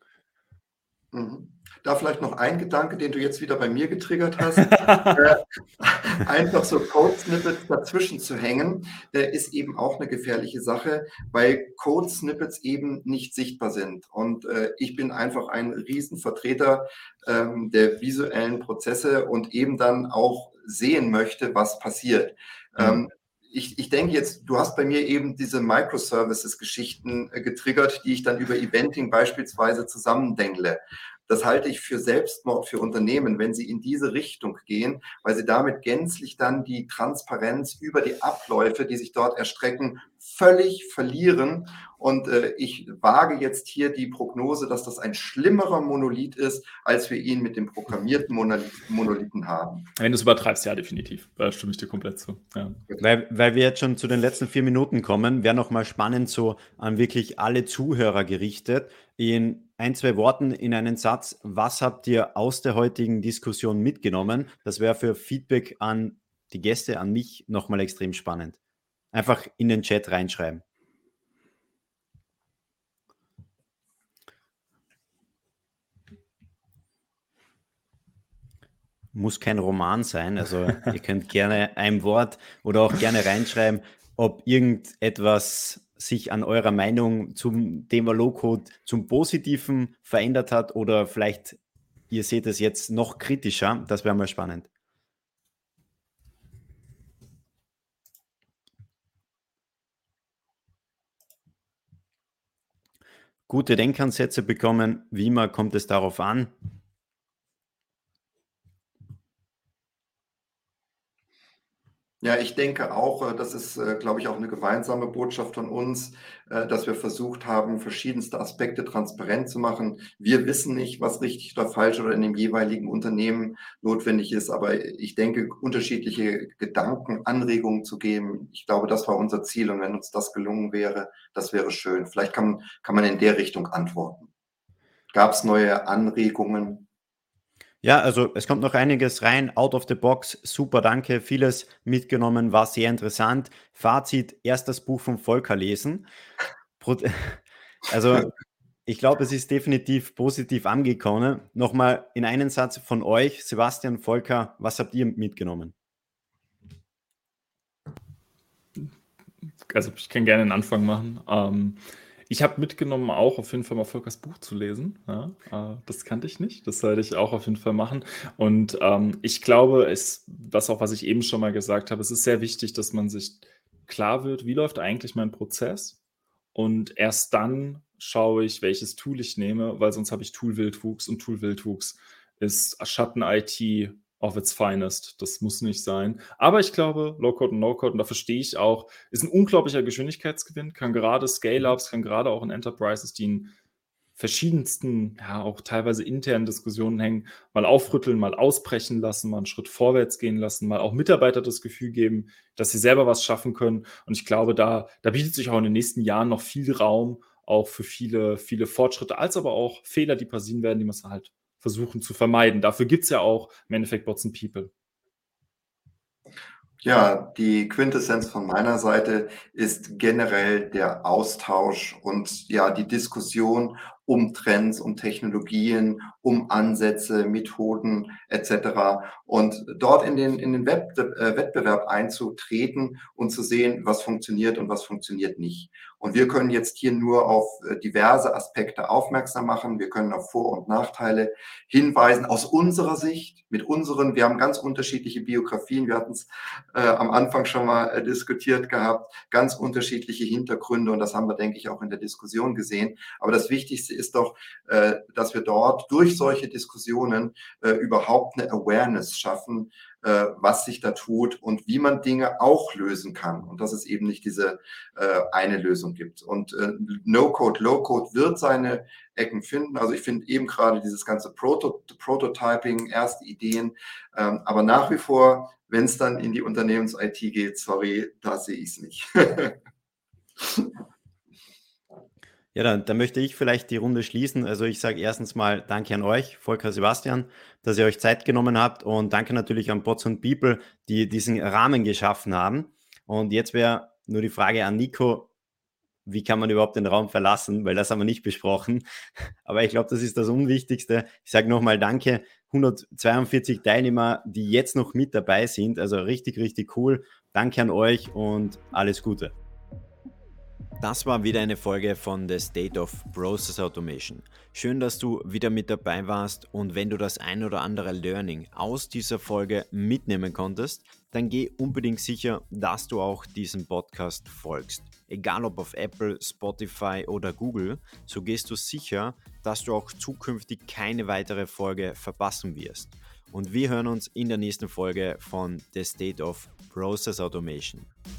Mhm. Da vielleicht noch ein Gedanke, den du jetzt wieder bei mir getriggert hast. äh, einfach so Code-Snippets dazwischen zu hängen, äh, ist eben auch eine gefährliche Sache, weil Code-Snippets eben nicht sichtbar sind. Und äh, ich bin einfach ein Riesenvertreter ähm, der visuellen Prozesse und eben dann auch sehen möchte, was passiert. Mhm. Ähm, ich, ich denke jetzt, du hast bei mir eben diese Microservices-Geschichten äh, getriggert, die ich dann über Eventing beispielsweise zusammendengle. Das halte ich für Selbstmord für Unternehmen, wenn sie in diese Richtung gehen, weil sie damit gänzlich dann die Transparenz über die Abläufe, die sich dort erstrecken, völlig verlieren. Und äh, ich wage jetzt hier die Prognose, dass das ein schlimmerer Monolith ist, als wir ihn mit dem programmierten Monolith, Monolithen haben. Wenn du es übertreibst, ja, definitiv. Da stimme ich dir komplett zu. Ja. Weil, weil wir jetzt schon zu den letzten vier Minuten kommen, wäre nochmal spannend so an wirklich alle Zuhörer gerichtet. In ein, zwei Worten, in einen Satz, was habt ihr aus der heutigen Diskussion mitgenommen? Das wäre für Feedback an die Gäste, an mich nochmal extrem spannend. Einfach in den Chat reinschreiben. Muss kein Roman sein, also ihr könnt gerne ein Wort oder auch gerne reinschreiben, ob irgendetwas sich an eurer Meinung zum Thema Low-Code zum Positiven verändert hat oder vielleicht ihr seht es jetzt noch kritischer. Das wäre mal spannend. Gute Denkansätze bekommen, wie immer kommt es darauf an. Ja, ich denke auch, äh, das ist, äh, glaube ich, auch eine gemeinsame Botschaft von uns, äh, dass wir versucht haben, verschiedenste Aspekte transparent zu machen. Wir wissen nicht, was richtig oder falsch oder in dem jeweiligen Unternehmen notwendig ist, aber ich denke, unterschiedliche Gedanken, Anregungen zu geben, ich glaube, das war unser Ziel und wenn uns das gelungen wäre, das wäre schön. Vielleicht kann, kann man in der Richtung antworten. Gab es neue Anregungen? Ja, also es kommt noch einiges rein, out of the box, super, danke, vieles mitgenommen, war sehr interessant. Fazit, erst das Buch von Volker lesen. Also ich glaube, es ist definitiv positiv angekommen. Nochmal in einen Satz von euch, Sebastian, Volker, was habt ihr mitgenommen? Also ich kann gerne einen Anfang machen. Ähm, ich habe mitgenommen, auch auf jeden Fall mal Volkers Buch zu lesen. Ja, äh, das kannte ich nicht. Das sollte ich auch auf jeden Fall machen. Und ähm, ich glaube, es, das auch, was ich eben schon mal gesagt habe, es ist sehr wichtig, dass man sich klar wird, wie läuft eigentlich mein Prozess? Und erst dann schaue ich, welches Tool ich nehme, weil sonst habe ich Tool-Wildwuchs und Tool-Wildwuchs ist Schatten-I T of its finest. Das muss nicht sein. Aber ich glaube, Low-Code und No-Code, und da verstehe ich auch, ist ein unglaublicher Geschwindigkeitsgewinn, kann gerade Scale-Ups, kann gerade auch in Enterprises, die in verschiedensten, ja, auch teilweise internen Diskussionen hängen, mal aufrütteln, mal ausbrechen lassen, mal einen Schritt vorwärts gehen lassen, mal auch Mitarbeiter das Gefühl geben, dass sie selber was schaffen können. Und ich glaube, da, da bietet sich auch in den nächsten Jahren noch viel Raum, auch für viele, viele Fortschritte, als aber auch Fehler, die passieren werden, die man halt versuchen zu vermeiden. Dafür gibt es ja auch im Endeffekt Bots and People. Ja, die Quintessenz von meiner Seite ist generell der Austausch und ja, die Diskussion um Trends, um Technologien, um Ansätze, Methoden et cetera. Und dort in den, in den Web, äh, Wettbewerb einzutreten und zu sehen, was funktioniert und was funktioniert nicht. Und wir können jetzt hier nur auf äh, diverse Aspekte aufmerksam machen. Wir können auf Vor- und Nachteile hinweisen aus unserer Sicht, mit unseren, wir haben ganz unterschiedliche Biografien. Wir hatten es äh, am Anfang schon mal äh, diskutiert gehabt, ganz unterschiedliche Hintergründe und das haben wir, denke ich, auch in der Diskussion gesehen. Aber das Wichtigste ist doch, äh, dass wir dort durch solche Diskussionen äh, überhaupt eine Awareness schaffen, äh, was sich da tut und wie man Dinge auch lösen kann und dass es eben nicht diese äh, eine Lösung gibt. Und äh, No-Code, Low-Code wird seine Ecken finden. Also ich finde eben gerade dieses ganze Proto Prototyping, erste Ideen, ähm, aber nach wie vor, wenn es dann in die Unternehmens-I T geht, sorry, da sehe ich es nicht. Ja, dann, dann möchte ich vielleicht die Runde schließen. Also ich sage erstens mal danke an euch, Volker, Sebastian, dass ihr euch Zeit genommen habt und danke natürlich an Bots und People, die diesen Rahmen geschaffen haben. Und jetzt wäre nur die Frage an Nico, wie kann man überhaupt den Raum verlassen, weil das haben wir nicht besprochen. Aber ich glaube, das ist das Unwichtigste. Ich sage nochmal danke, hundertzweiundvierzig Teilnehmer, die jetzt noch mit dabei sind. Also richtig, richtig cool. Danke an euch und alles Gute. Das war wieder eine Folge von The State of Process Automation. Schön, dass du wieder mit dabei warst und wenn du das ein oder andere Learning aus dieser Folge mitnehmen konntest, dann geh unbedingt sicher, dass du auch diesem Podcast folgst. Egal ob auf Apple, Spotify oder Google, so gehst du sicher, dass du auch zukünftig keine weitere Folge verpassen wirst. Und wir hören uns in der nächsten Folge von The State of Process Automation.